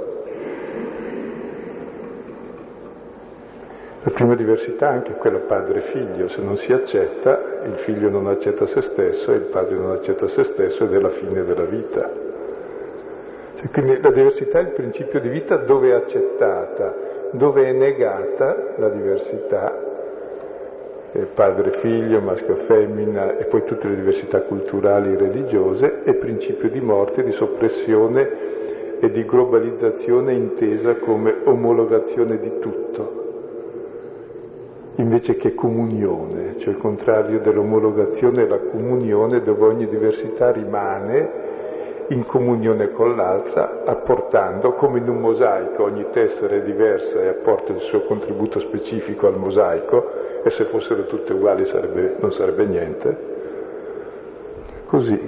[SPEAKER 2] La prima diversità è anche quella padre-figlio. Se non si accetta, il figlio non accetta se stesso e il padre non accetta se stesso, ed è la fine della vita. Cioè, quindi la diversità è il principio di vita dove è accettata, dove è negata la diversità, padre-figlio, maschio-femmina e poi tutte le diversità culturali e religiose, è principio di morte, di soppressione e di globalizzazione intesa come omologazione di tutto, invece che comunione, cioè il contrario dell'omologazione è la comunione, dove ogni diversità rimane in comunione con l'altra, apportando, come in un mosaico, ogni tessera è diversa e apporta il suo contributo specifico al mosaico, e se fossero tutte uguali non sarebbe niente. Così.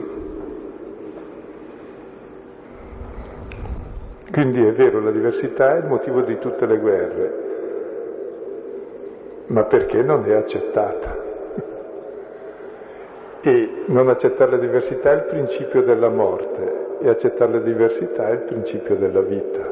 [SPEAKER 2] Quindi è vero, la diversità è il motivo di tutte le guerre, ma perché non è accettata. E non accettare la diversità è il principio della morte, e accettare la diversità è il principio della vita.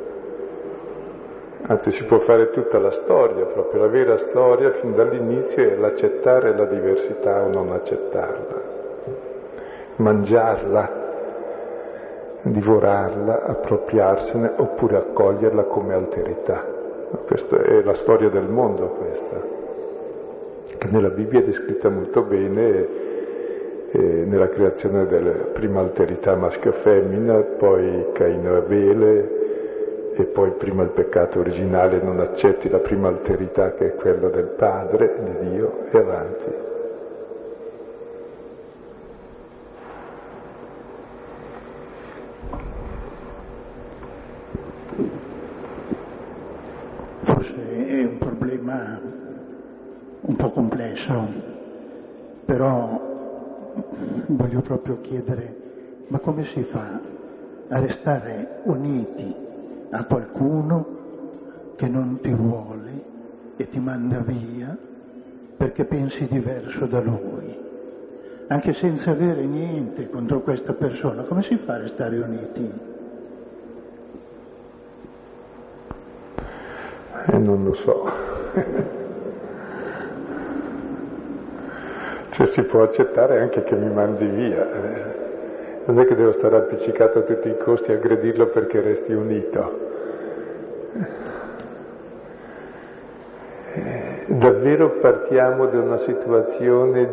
[SPEAKER 2] Anzi, si può fare tutta la storia, proprio la vera storia fin dall'inizio è l'accettare la diversità o non accettarla, mangiarla, divorarla, appropriarsene oppure accoglierla come alterità. Questa è la storia del mondo, questa, che nella Bibbia è descritta molto bene nella creazione della prima alterità maschio-femmina, poi Caino e Abele, e poi prima il peccato originale, non accetti la prima alterità che è quella del Padre, di Dio, e avanti.
[SPEAKER 4] Forse è un problema un po' complesso, però voglio proprio chiedere, ma come si fa a restare uniti a qualcuno che non ti vuole e ti manda via perché pensi diverso da lui, anche senza avere niente contro questa persona? Come si fa a restare uniti?
[SPEAKER 2] Non lo so. Cioè si può accettare anche che mi mandi via. Non è che devo stare appiccicato a tutti i costi e aggredirlo perché resti unito. Davvero partiamo da una situazione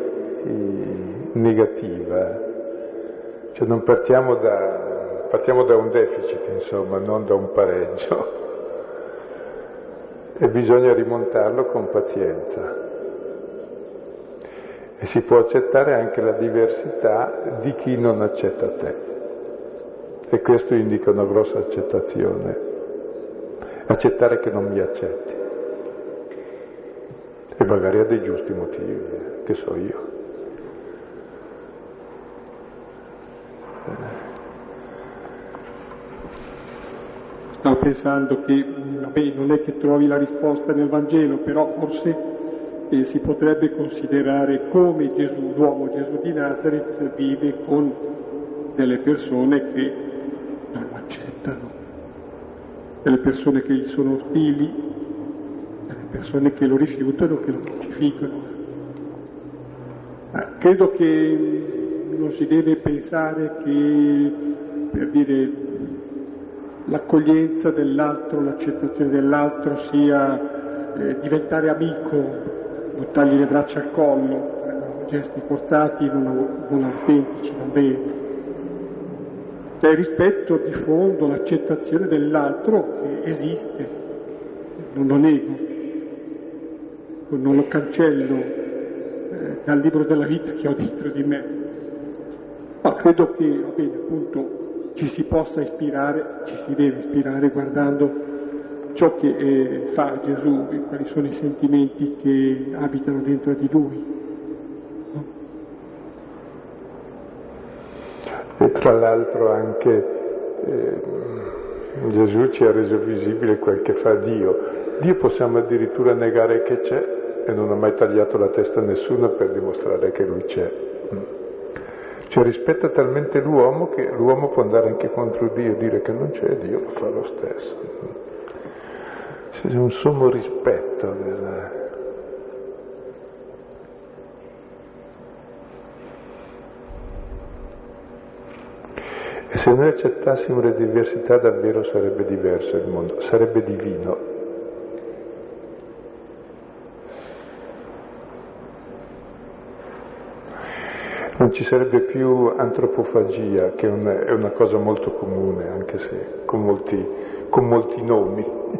[SPEAKER 2] negativa, cioè non partiamo da un deficit, insomma, non da un pareggio, e bisogna rimontarlo con pazienza. E si può accettare anche la diversità di chi non accetta te, e questo indica una grossa accettazione, accettare che non mi accetti, e magari ha dei giusti motivi, che so io.
[SPEAKER 1] Stavo pensando che non è che trovi la risposta nel Vangelo, però forse si potrebbe considerare come Gesù, l'uomo Gesù di Nazareth, vive con delle persone che non lo accettano, delle persone che gli sono ostili, delle persone che lo rifiutano, che lo crucificano. Credo che non si deve pensare che, per dire, l'accoglienza dell'altro, l'accettazione dell'altro sia diventare amico, buttargli le braccia al collo, gesti forzati, non autentici, non veri. Cioè il rispetto di fondo, l'accettazione dell'altro che esiste, non lo nego, non lo cancello dal libro della vita che ho dentro di me. Ma credo che, va bene, appunto, ci si possa ispirare, ci si deve ispirare guardando ciò che fa Gesù e quali sono i sentimenti che abitano dentro di lui.
[SPEAKER 2] E tra l'altro anche Gesù ci ha reso visibile quel che fa Dio. Dio possiamo addirittura negare che c'è e non ha mai tagliato la testa a nessuno per dimostrare che Lui c'è. Cioè rispetta talmente l'uomo che l'uomo può andare anche contro Dio e dire che non c'è e Dio lo fa lo stesso. C'è un sommo rispetto della... E se noi accettassimo le diversità davvero sarebbe diverso il mondo, sarebbe divino. Non ci sarebbe più antropofagia, che è una cosa molto comune, anche se con molti nomi.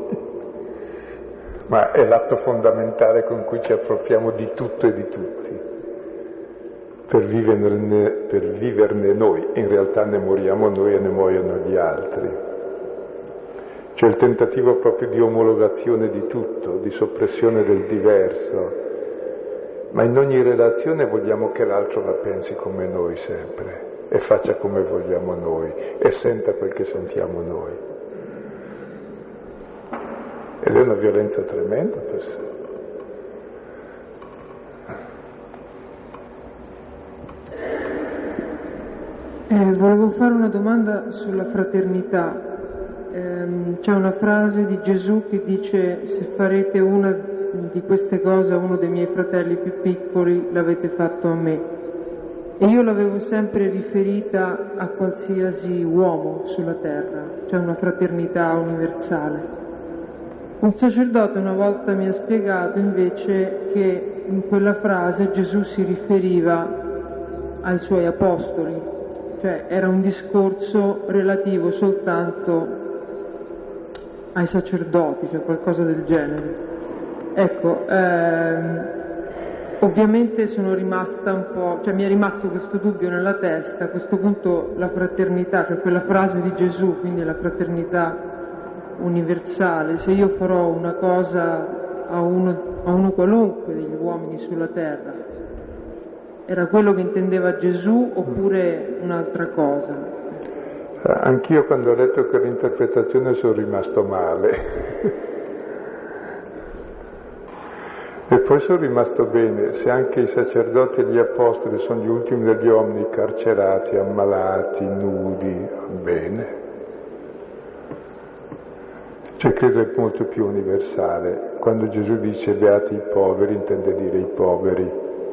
[SPEAKER 2] Ma è l'atto fondamentale con cui ci appropriamo di tutto e di tutti. Per viverne noi, in realtà ne moriamo noi e ne muoiono gli altri. Cioè il tentativo proprio di omologazione di tutto, di soppressione del diverso, ma in ogni relazione vogliamo che l'altro la pensi come noi sempre, e faccia come vogliamo noi, e senta quel che sentiamo noi. Ed è una violenza tremenda per sé.
[SPEAKER 5] Volevo fare una domanda sulla fraternità. C'è una frase di Gesù che dice: se farete una di queste cose a uno dei miei fratelli più piccoli, l'avete fatto a me. E io l'avevo sempre riferita a qualsiasi uomo sulla terra, cioè una fraternità universale. Un sacerdote una volta mi ha spiegato invece che in quella frase Gesù si riferiva ai suoi apostoli, cioè era un discorso relativo soltanto ai sacerdoti, cioè qualcosa del genere. Ecco, ovviamente sono rimasta un po', cioè mi è rimasto questo dubbio nella testa. A questo punto la fraternità, cioè quella frase di Gesù, quindi la fraternità universale, se io farò una cosa a uno qualunque degli uomini sulla terra, era quello che intendeva Gesù oppure un'altra cosa?
[SPEAKER 2] Anch'io quando ho letto quell'interpretazione sono rimasto male. E poi sono rimasto bene, se anche i sacerdoti e gli apostoli sono gli ultimi degli uomini, carcerati, ammalati, nudi, bene. Cioè credo è molto più universale. Quando Gesù dice beati i poveri, intende dire i poveri.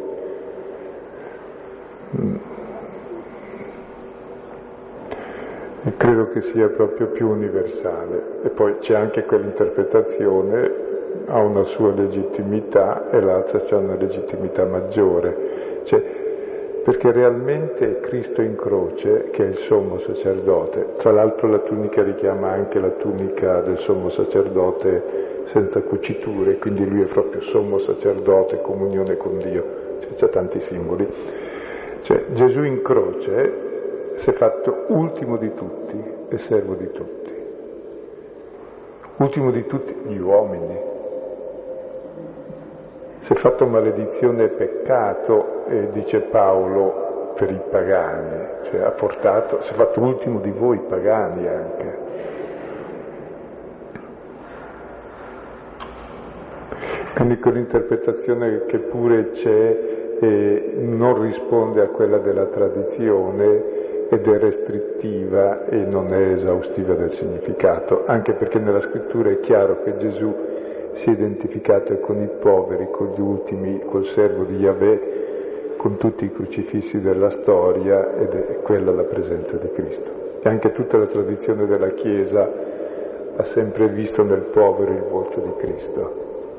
[SPEAKER 2] E credo che sia proprio più universale. E poi c'è anche quell'interpretazione, ha una sua legittimità e l'altra c'ha una legittimità maggiore, cioè, perché realmente Cristo in croce, che è il sommo sacerdote, tra l'altro la tunica richiama anche la tunica del sommo sacerdote senza cuciture, quindi lui è proprio sommo sacerdote, comunione con Dio, c'è tanti simboli. Cioè Gesù in croce si è fatto ultimo di tutti e servo di tutti, ultimo di tutti gli uomini. Si è fatto maledizione e peccato, dice Paolo, per i pagani, cioè si è fatto ultimo di voi pagani anche. Quindi quell'interpretazione che pure c'è non risponde a quella della tradizione ed è restrittiva e non è esaustiva del significato, anche perché nella scrittura è chiaro che Gesù si è identificato con i poveri, con gli ultimi, col servo di Yahweh, con tutti i crocifissi della storia, ed è quella la presenza di Cristo. E anche tutta la tradizione della Chiesa ha sempre visto nel povero il volto di Cristo.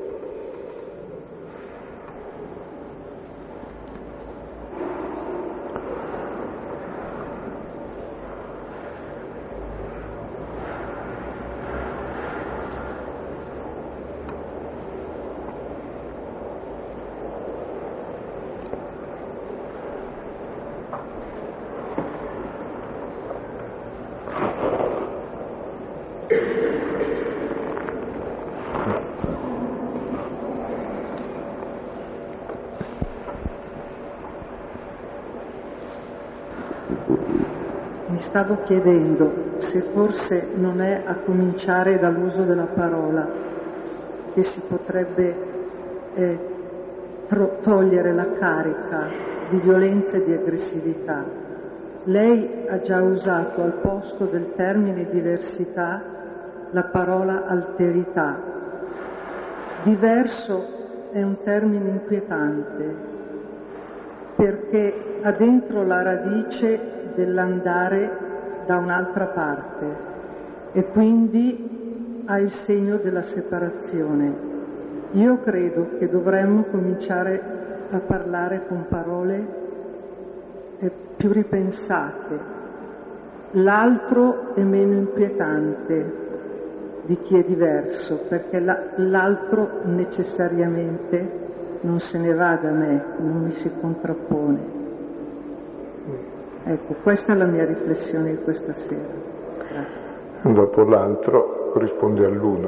[SPEAKER 6] Mi stavo chiedendo se forse non è a cominciare dall'uso della parola che si potrebbe togliere la carica di violenza e di aggressività. Lei ha già usato al posto del termine diversità la parola alterità. Diverso è un termine inquietante perché ha dentro la radice dell'andare da un'altra parte e quindi ha il segno della separazione. Io credo che dovremmo cominciare a parlare con parole più ripensate. L'altro è meno inquietante di chi è diverso, perché l'altro necessariamente non se ne va da me, non mi si contrappone. Ecco, questa è la mia riflessione di questa sera. Grazie.
[SPEAKER 2] Dopo l'altro corrisponde all'uno.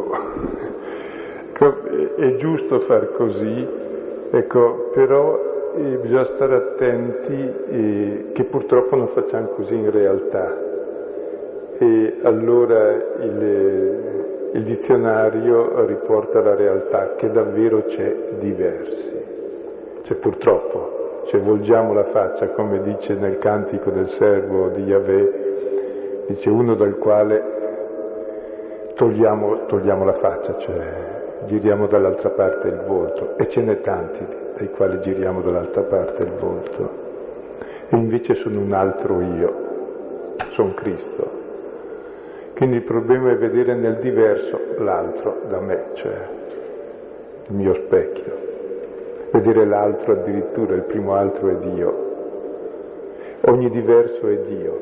[SPEAKER 2] È giusto far così, ecco, però bisogna stare attenti che purtroppo non facciamo così in realtà. E allora il dizionario riporta la realtà che davvero c'è diversi. Cioè purtroppo. Cioè volgiamo la faccia, come dice nel cantico del servo di Yahweh, dice uno dal quale togliamo la faccia, cioè giriamo dall'altra parte il volto, e ce n'è tanti dai quali giriamo dall'altra parte il volto, e invece sono un altro io, sono Cristo. Quindi il problema è vedere nel diverso l'altro da me, cioè il mio specchio. Vedere l'altro addirittura, il primo altro è Dio. Ogni diverso è Dio.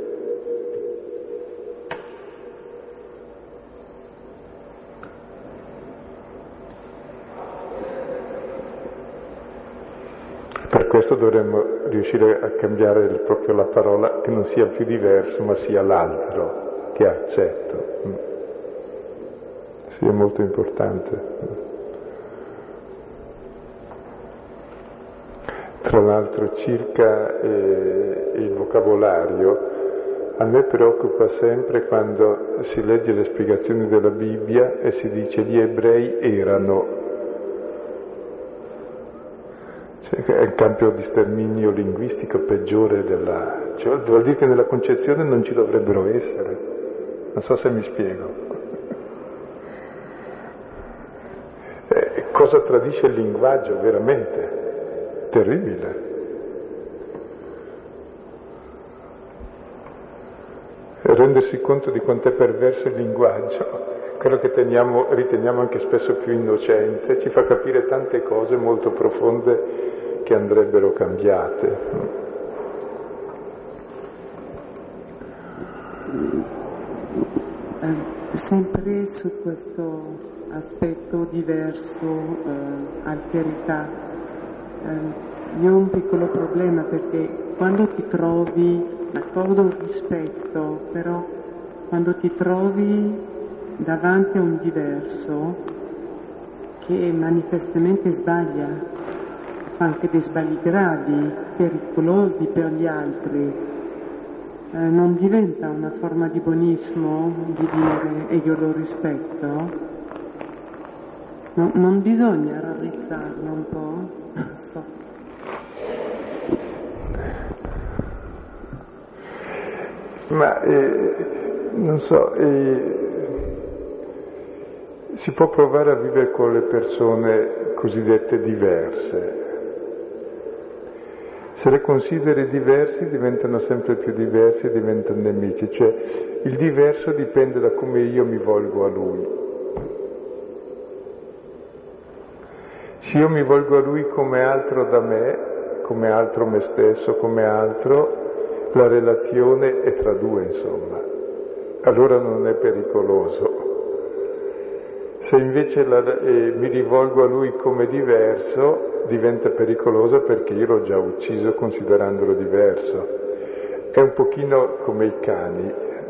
[SPEAKER 2] Per questo dovremmo riuscire a cambiare proprio la parola, che non sia più diverso, ma sia l'altro che accetto. Sì, è molto importante. Tra l'altro circa il vocabolario, a me preoccupa sempre quando si legge le spiegazioni della Bibbia e si dice gli ebrei erano, cioè è il campo di sterminio linguistico peggiore cioè vuol dire che nella concezione non ci dovrebbero essere, non so se mi spiego. Cosa tradisce il linguaggio veramente? Terribile. E rendersi conto di quanto è perverso il linguaggio, quello che riteniamo anche spesso più innocente, ci fa capire tante cose molto profonde che andrebbero cambiate.
[SPEAKER 5] Sempre su questo aspetto diverso, alterità. Io ho un piccolo problema perché quando ti trovi, d'accordo rispetto, però quando ti trovi davanti a un diverso che manifestamente sbaglia, fa anche dei sbagli gravi, pericolosi per gli altri, non diventa una forma di buonismo di dire e io lo rispetto? No, non bisogna raddrizzarlo un po'?
[SPEAKER 2] Ma non so, si può provare a vivere con le persone cosiddette diverse, Se le consideri diversi diventano sempre più diversi e diventano nemici, cioè il diverso dipende da come io mi volgo a lui. Se io mi volgo a lui come altro da me, come altro me stesso, come altro, la relazione è tra due, insomma. Allora non è pericoloso. Se invece mi rivolgo a lui come diverso, diventa pericoloso perché io l'ho già ucciso considerandolo diverso. È un pochino come i cani,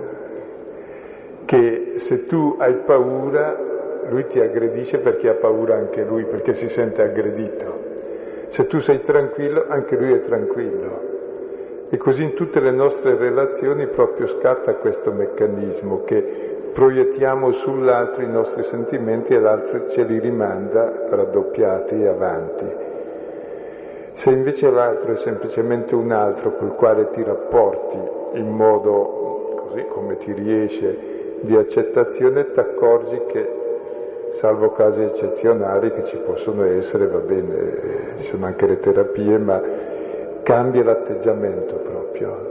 [SPEAKER 2] che se tu hai paura, lui ti aggredisce perché ha paura anche lui, perché si sente aggredito. Se tu sei tranquillo, anche lui è tranquillo. E così in tutte le nostre relazioni proprio scatta questo meccanismo che proiettiamo sull'altro i nostri sentimenti e l'altro ce li rimanda raddoppiati e avanti. Se invece l'altro è semplicemente un altro col quale ti rapporti in modo così come ti riesce di accettazione, ti accorgi che, salvo casi eccezionali che ci possono essere, va bene, ci sono anche le terapie, ma cambia l'atteggiamento proprio.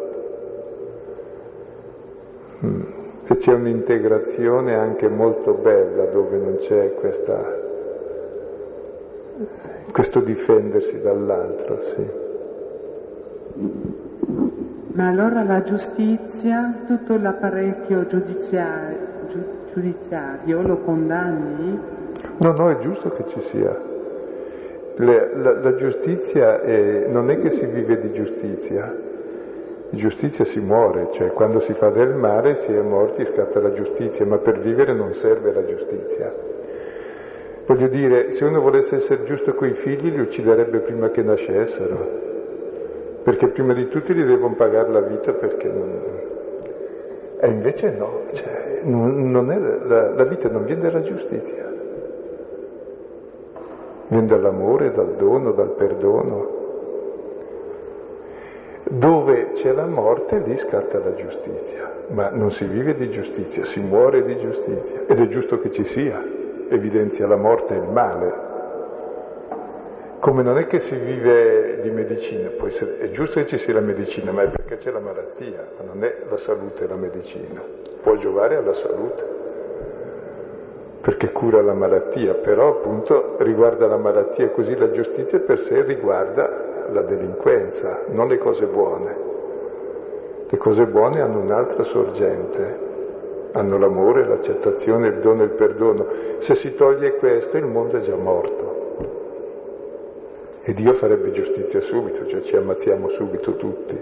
[SPEAKER 2] E c'è un'integrazione anche molto bella dove non c'è questo difendersi dall'altro, sì.
[SPEAKER 6] Ma allora la giustizia, tutto l'apparecchio giudiziario lo condanni?
[SPEAKER 2] No, è giusto che ci sia. La giustizia non è che si vive di giustizia. Di giustizia si muore, cioè quando si fa del male si è morti, scatta la giustizia, ma per vivere non serve la giustizia. Voglio dire, se uno volesse essere giusto coi figli li ucciderebbe prima che nascessero, perché prima di tutti gli devono pagare la vita perché non... E invece no, cioè, non è, la vita non viene dalla giustizia, viene dall'amore, dal dono, dal perdono. Dove c'è la morte, lì scatta la giustizia, ma non si vive di giustizia, si muore di giustizia, ed è giusto che ci sia, evidenzia la morte e il male. Come non è che si vive di medicina, può essere, è giusto che ci sia la medicina, ma è perché c'è la malattia, ma non è la salute la medicina, può giovare alla salute, perché cura la malattia, però appunto riguarda la malattia, così la giustizia per sé riguarda la delinquenza, non le cose buone. Le cose buone hanno un'altra sorgente, hanno l'amore, l'accettazione, il dono e il perdono. Se si toglie questo, il mondo è già morto. E Dio farebbe giustizia subito, cioè ci ammazziamo subito tutti.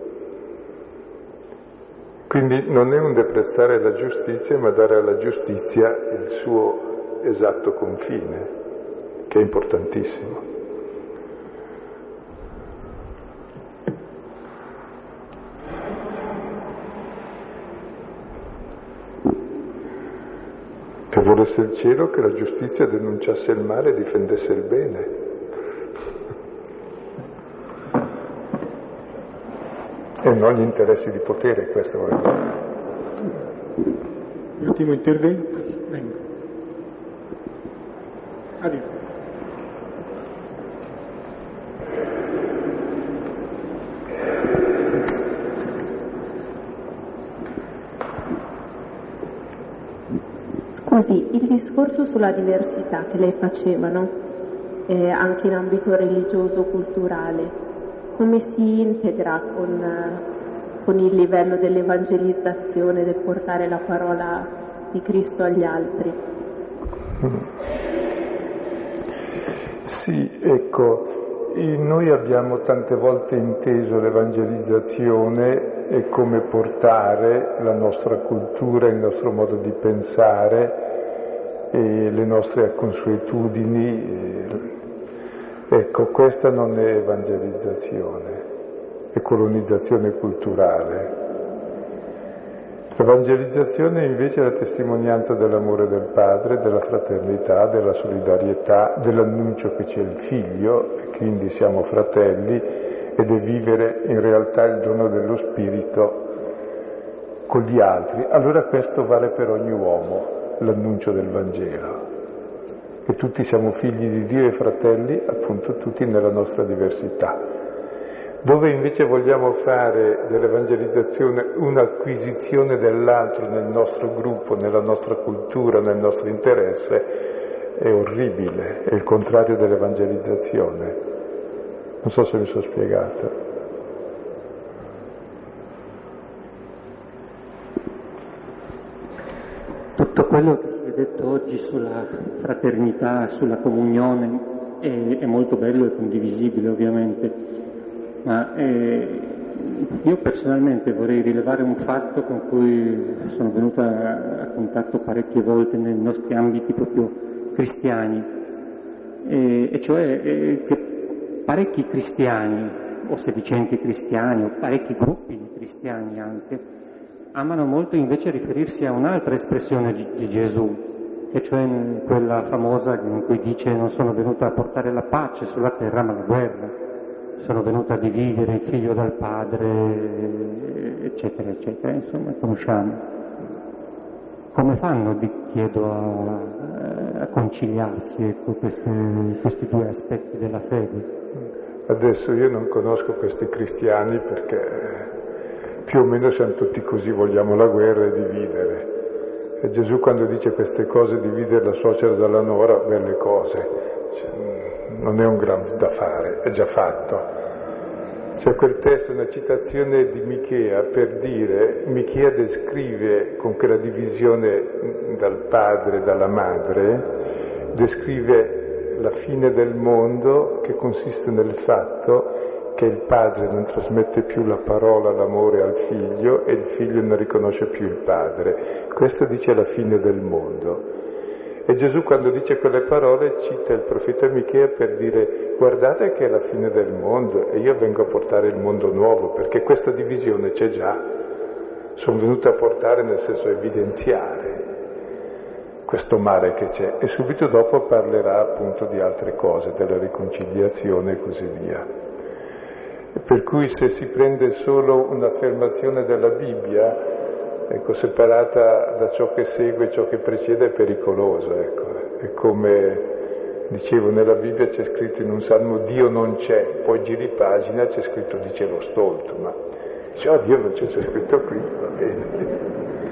[SPEAKER 2] Quindi non è un deprezzare la giustizia, ma dare alla giustizia il suo esatto confine, che è importantissimo. E volesse il cielo che la giustizia denunciasse il male e difendesse il bene. E non gli interessi di potere, questo voglio dire.
[SPEAKER 1] L'ultimo intervento? Venga. Arrivo.
[SPEAKER 7] Scusi, il discorso sulla diversità che lei faceva, no? Anche in ambito religioso, culturale, come si integra con il livello dell'evangelizzazione, del portare la parola di Cristo agli altri?
[SPEAKER 2] Sì, ecco, noi abbiamo tante volte inteso l'evangelizzazione e come portare la nostra cultura, il nostro modo di pensare e le nostre consuetudini. Ecco, questa non è evangelizzazione, è colonizzazione culturale. L'evangelizzazione invece è la testimonianza dell'amore del Padre, della fraternità, della solidarietà, dell'annuncio che c'è il Figlio, e quindi siamo fratelli, ed è vivere in realtà il dono dello Spirito con gli altri. Allora questo vale per ogni uomo, l'annuncio del Vangelo, che tutti siamo figli di Dio e fratelli, appunto tutti nella nostra diversità. Dove invece vogliamo fare dell'evangelizzazione un'acquisizione dell'altro nel nostro gruppo, nella nostra cultura, nel nostro interesse, è orribile, è il contrario dell'evangelizzazione. Non so se mi sono spiegato.
[SPEAKER 8] Tutto quello che si è detto oggi sulla fraternità, sulla comunione è molto bello e condivisibile ovviamente. Ma io personalmente vorrei rilevare un fatto con cui sono venuta a contatto parecchie volte nei nostri ambiti proprio cristiani, e cioè che parecchi cristiani, o sedicenti cristiani, o parecchi gruppi di cristiani anche, amano molto invece riferirsi a un'altra espressione di Gesù, e cioè quella famosa in cui dice: non sono venuto a portare la pace sulla terra ma la guerra. Sono venuto a dividere il figlio dal padre, eccetera, eccetera. Insomma, conosciamo. Come fanno, vi chiedo, a conciliarsi con questi due aspetti della fede?
[SPEAKER 2] Adesso io non conosco questi cristiani perché più o meno siamo tutti così, vogliamo la guerra e dividere. E Gesù quando dice queste cose, dividere la suocera dalla nuora, belle cose. Non è un gran da fare, è già fatto. C'è quel testo, una citazione di Michea per dire, Michea descrive con quella divisione dal padre e dalla madre, descrive la fine del mondo che consiste nel fatto che il padre non trasmette più la parola, l'amore al figlio e il figlio non riconosce più il padre. Questo dice la fine del mondo. E Gesù quando dice quelle parole cita il profeta Michea per dire: guardate che è la fine del mondo e io vengo a portare il mondo nuovo, perché questa divisione c'è già. Sono venuto a portare, nel senso evidenziare questo male che c'è, e subito dopo parlerà appunto di altre cose, della riconciliazione e così via. E per cui se si prende solo un'affermazione della Bibbia, ecco, separata da ciò che segue, ciò che precede, è pericoloso, ecco. È come dicevo, nella Bibbia c'è scritto in un salmo Dio non c'è, poi giri pagina, c'è scritto dice lo stolto, ma dice oh Dio non c'è scritto qui, va bene.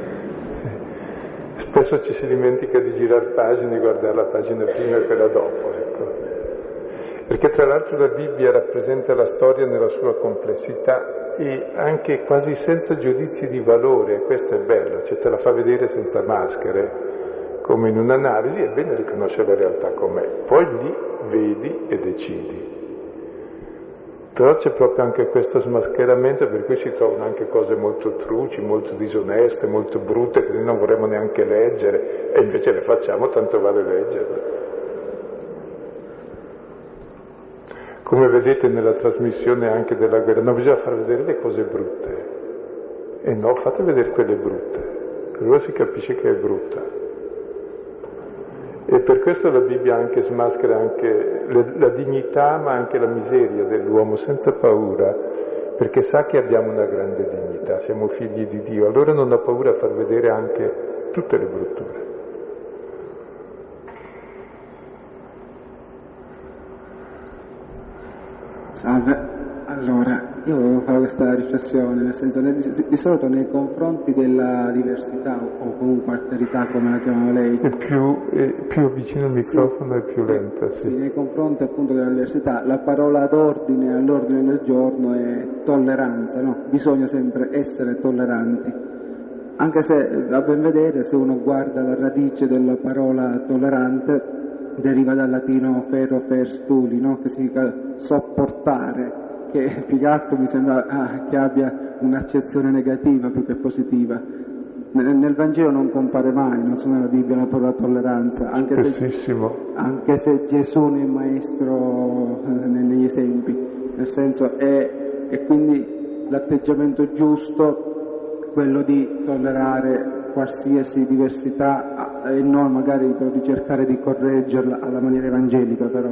[SPEAKER 2] Spesso ci si dimentica di girare pagine e guardare la pagina prima e quella dopo, ecco. Perché tra l'altro la Bibbia rappresenta la storia nella sua complessità e anche quasi senza giudizi di valore, questo è bello, cioè te la fa vedere senza maschere, come in un'analisi, è bene riconoscere la realtà com'è, poi lì vedi e decidi. Però c'è proprio anche questo smascheramento per cui si trovano anche cose molto truci, molto disoneste, molto brutte, che noi non vorremmo neanche leggere, e invece le facciamo, tanto vale leggerle. Come vedete nella trasmissione anche della guerra, non bisogna far vedere le cose brutte. E no, fate vedere quelle brutte, allora si capisce che è brutta. E per questo la Bibbia anche smaschera anche la dignità, ma anche la miseria dell'uomo, senza paura, perché sa che abbiamo una grande dignità, siamo figli di Dio, allora non ha paura a far vedere anche tutte le brutture.
[SPEAKER 9] Salve, allora, io volevo fare questa riflessione, nel senso, di solito nei confronti della diversità, o comunque alterità come la chiamava lei...
[SPEAKER 2] È più vicino al microfono, sì, è più lenta, sì.
[SPEAKER 9] Sì, nei confronti appunto della diversità, la parola d'ordine all'ordine del giorno è tolleranza, no? Bisogna sempre essere tolleranti. Anche se, a ben vedere, se uno guarda la radice della parola tollerante, deriva dal latino fer stuli, no? Che significa sopportare, che più che altro mi sembra che abbia un'accezione negativa più che positiva. Nel Vangelo non compare mai, non so nella Bibbia, la parola tolleranza, anche se Gesù ne è maestro negli esempi, nel senso è quindi l'atteggiamento giusto quello di tollerare qualsiasi diversità e non magari di cercare di correggerla alla maniera evangelica, però.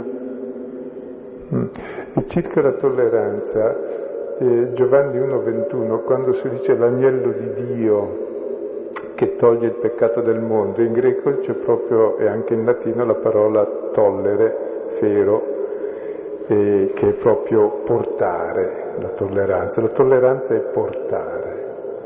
[SPEAKER 2] E circa la tolleranza, Giovanni 1,21, quando si dice l'agnello di Dio che toglie il peccato del mondo, in greco c'è proprio, e anche in latino, la parola tollere, fero, che è proprio portare la tolleranza. La tolleranza è portare.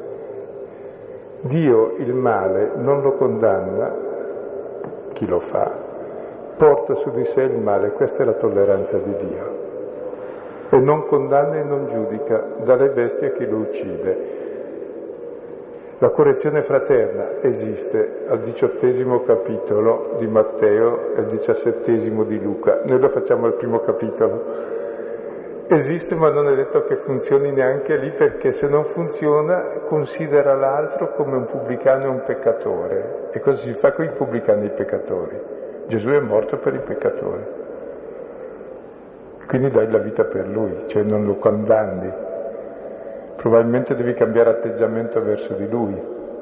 [SPEAKER 2] Dio il male non lo condanna, chi lo fa, porta su di sé il male, questa è la tolleranza di Dio. E non condanna e non giudica, dà le bestie a chi lo uccide. La correzione fraterna esiste al 18° capitolo di Matteo e al 17° di Luca. Noi lo facciamo al 1° capitolo. Esiste, ma non è detto che funzioni neanche lì, perché se non funziona considera l'altro come un pubblicano e un peccatore. E cosa si fa con i pubblicani e i peccatori? Gesù è morto per i peccatori. Quindi dai la vita per lui, cioè non lo condanni. Probabilmente devi cambiare atteggiamento verso di lui.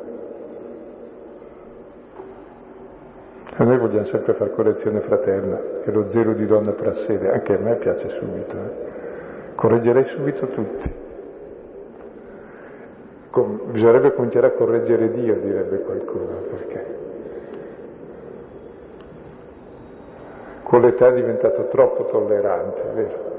[SPEAKER 2] A noi vogliamo sempre fare correzione fraterna, che lo zelo di donna prassede, anche a me piace subito. Correggerei subito tutti. Bisognerebbe cominciare a correggere Dio, direbbe qualcuno, perché con l'età è diventato troppo tollerante, vero?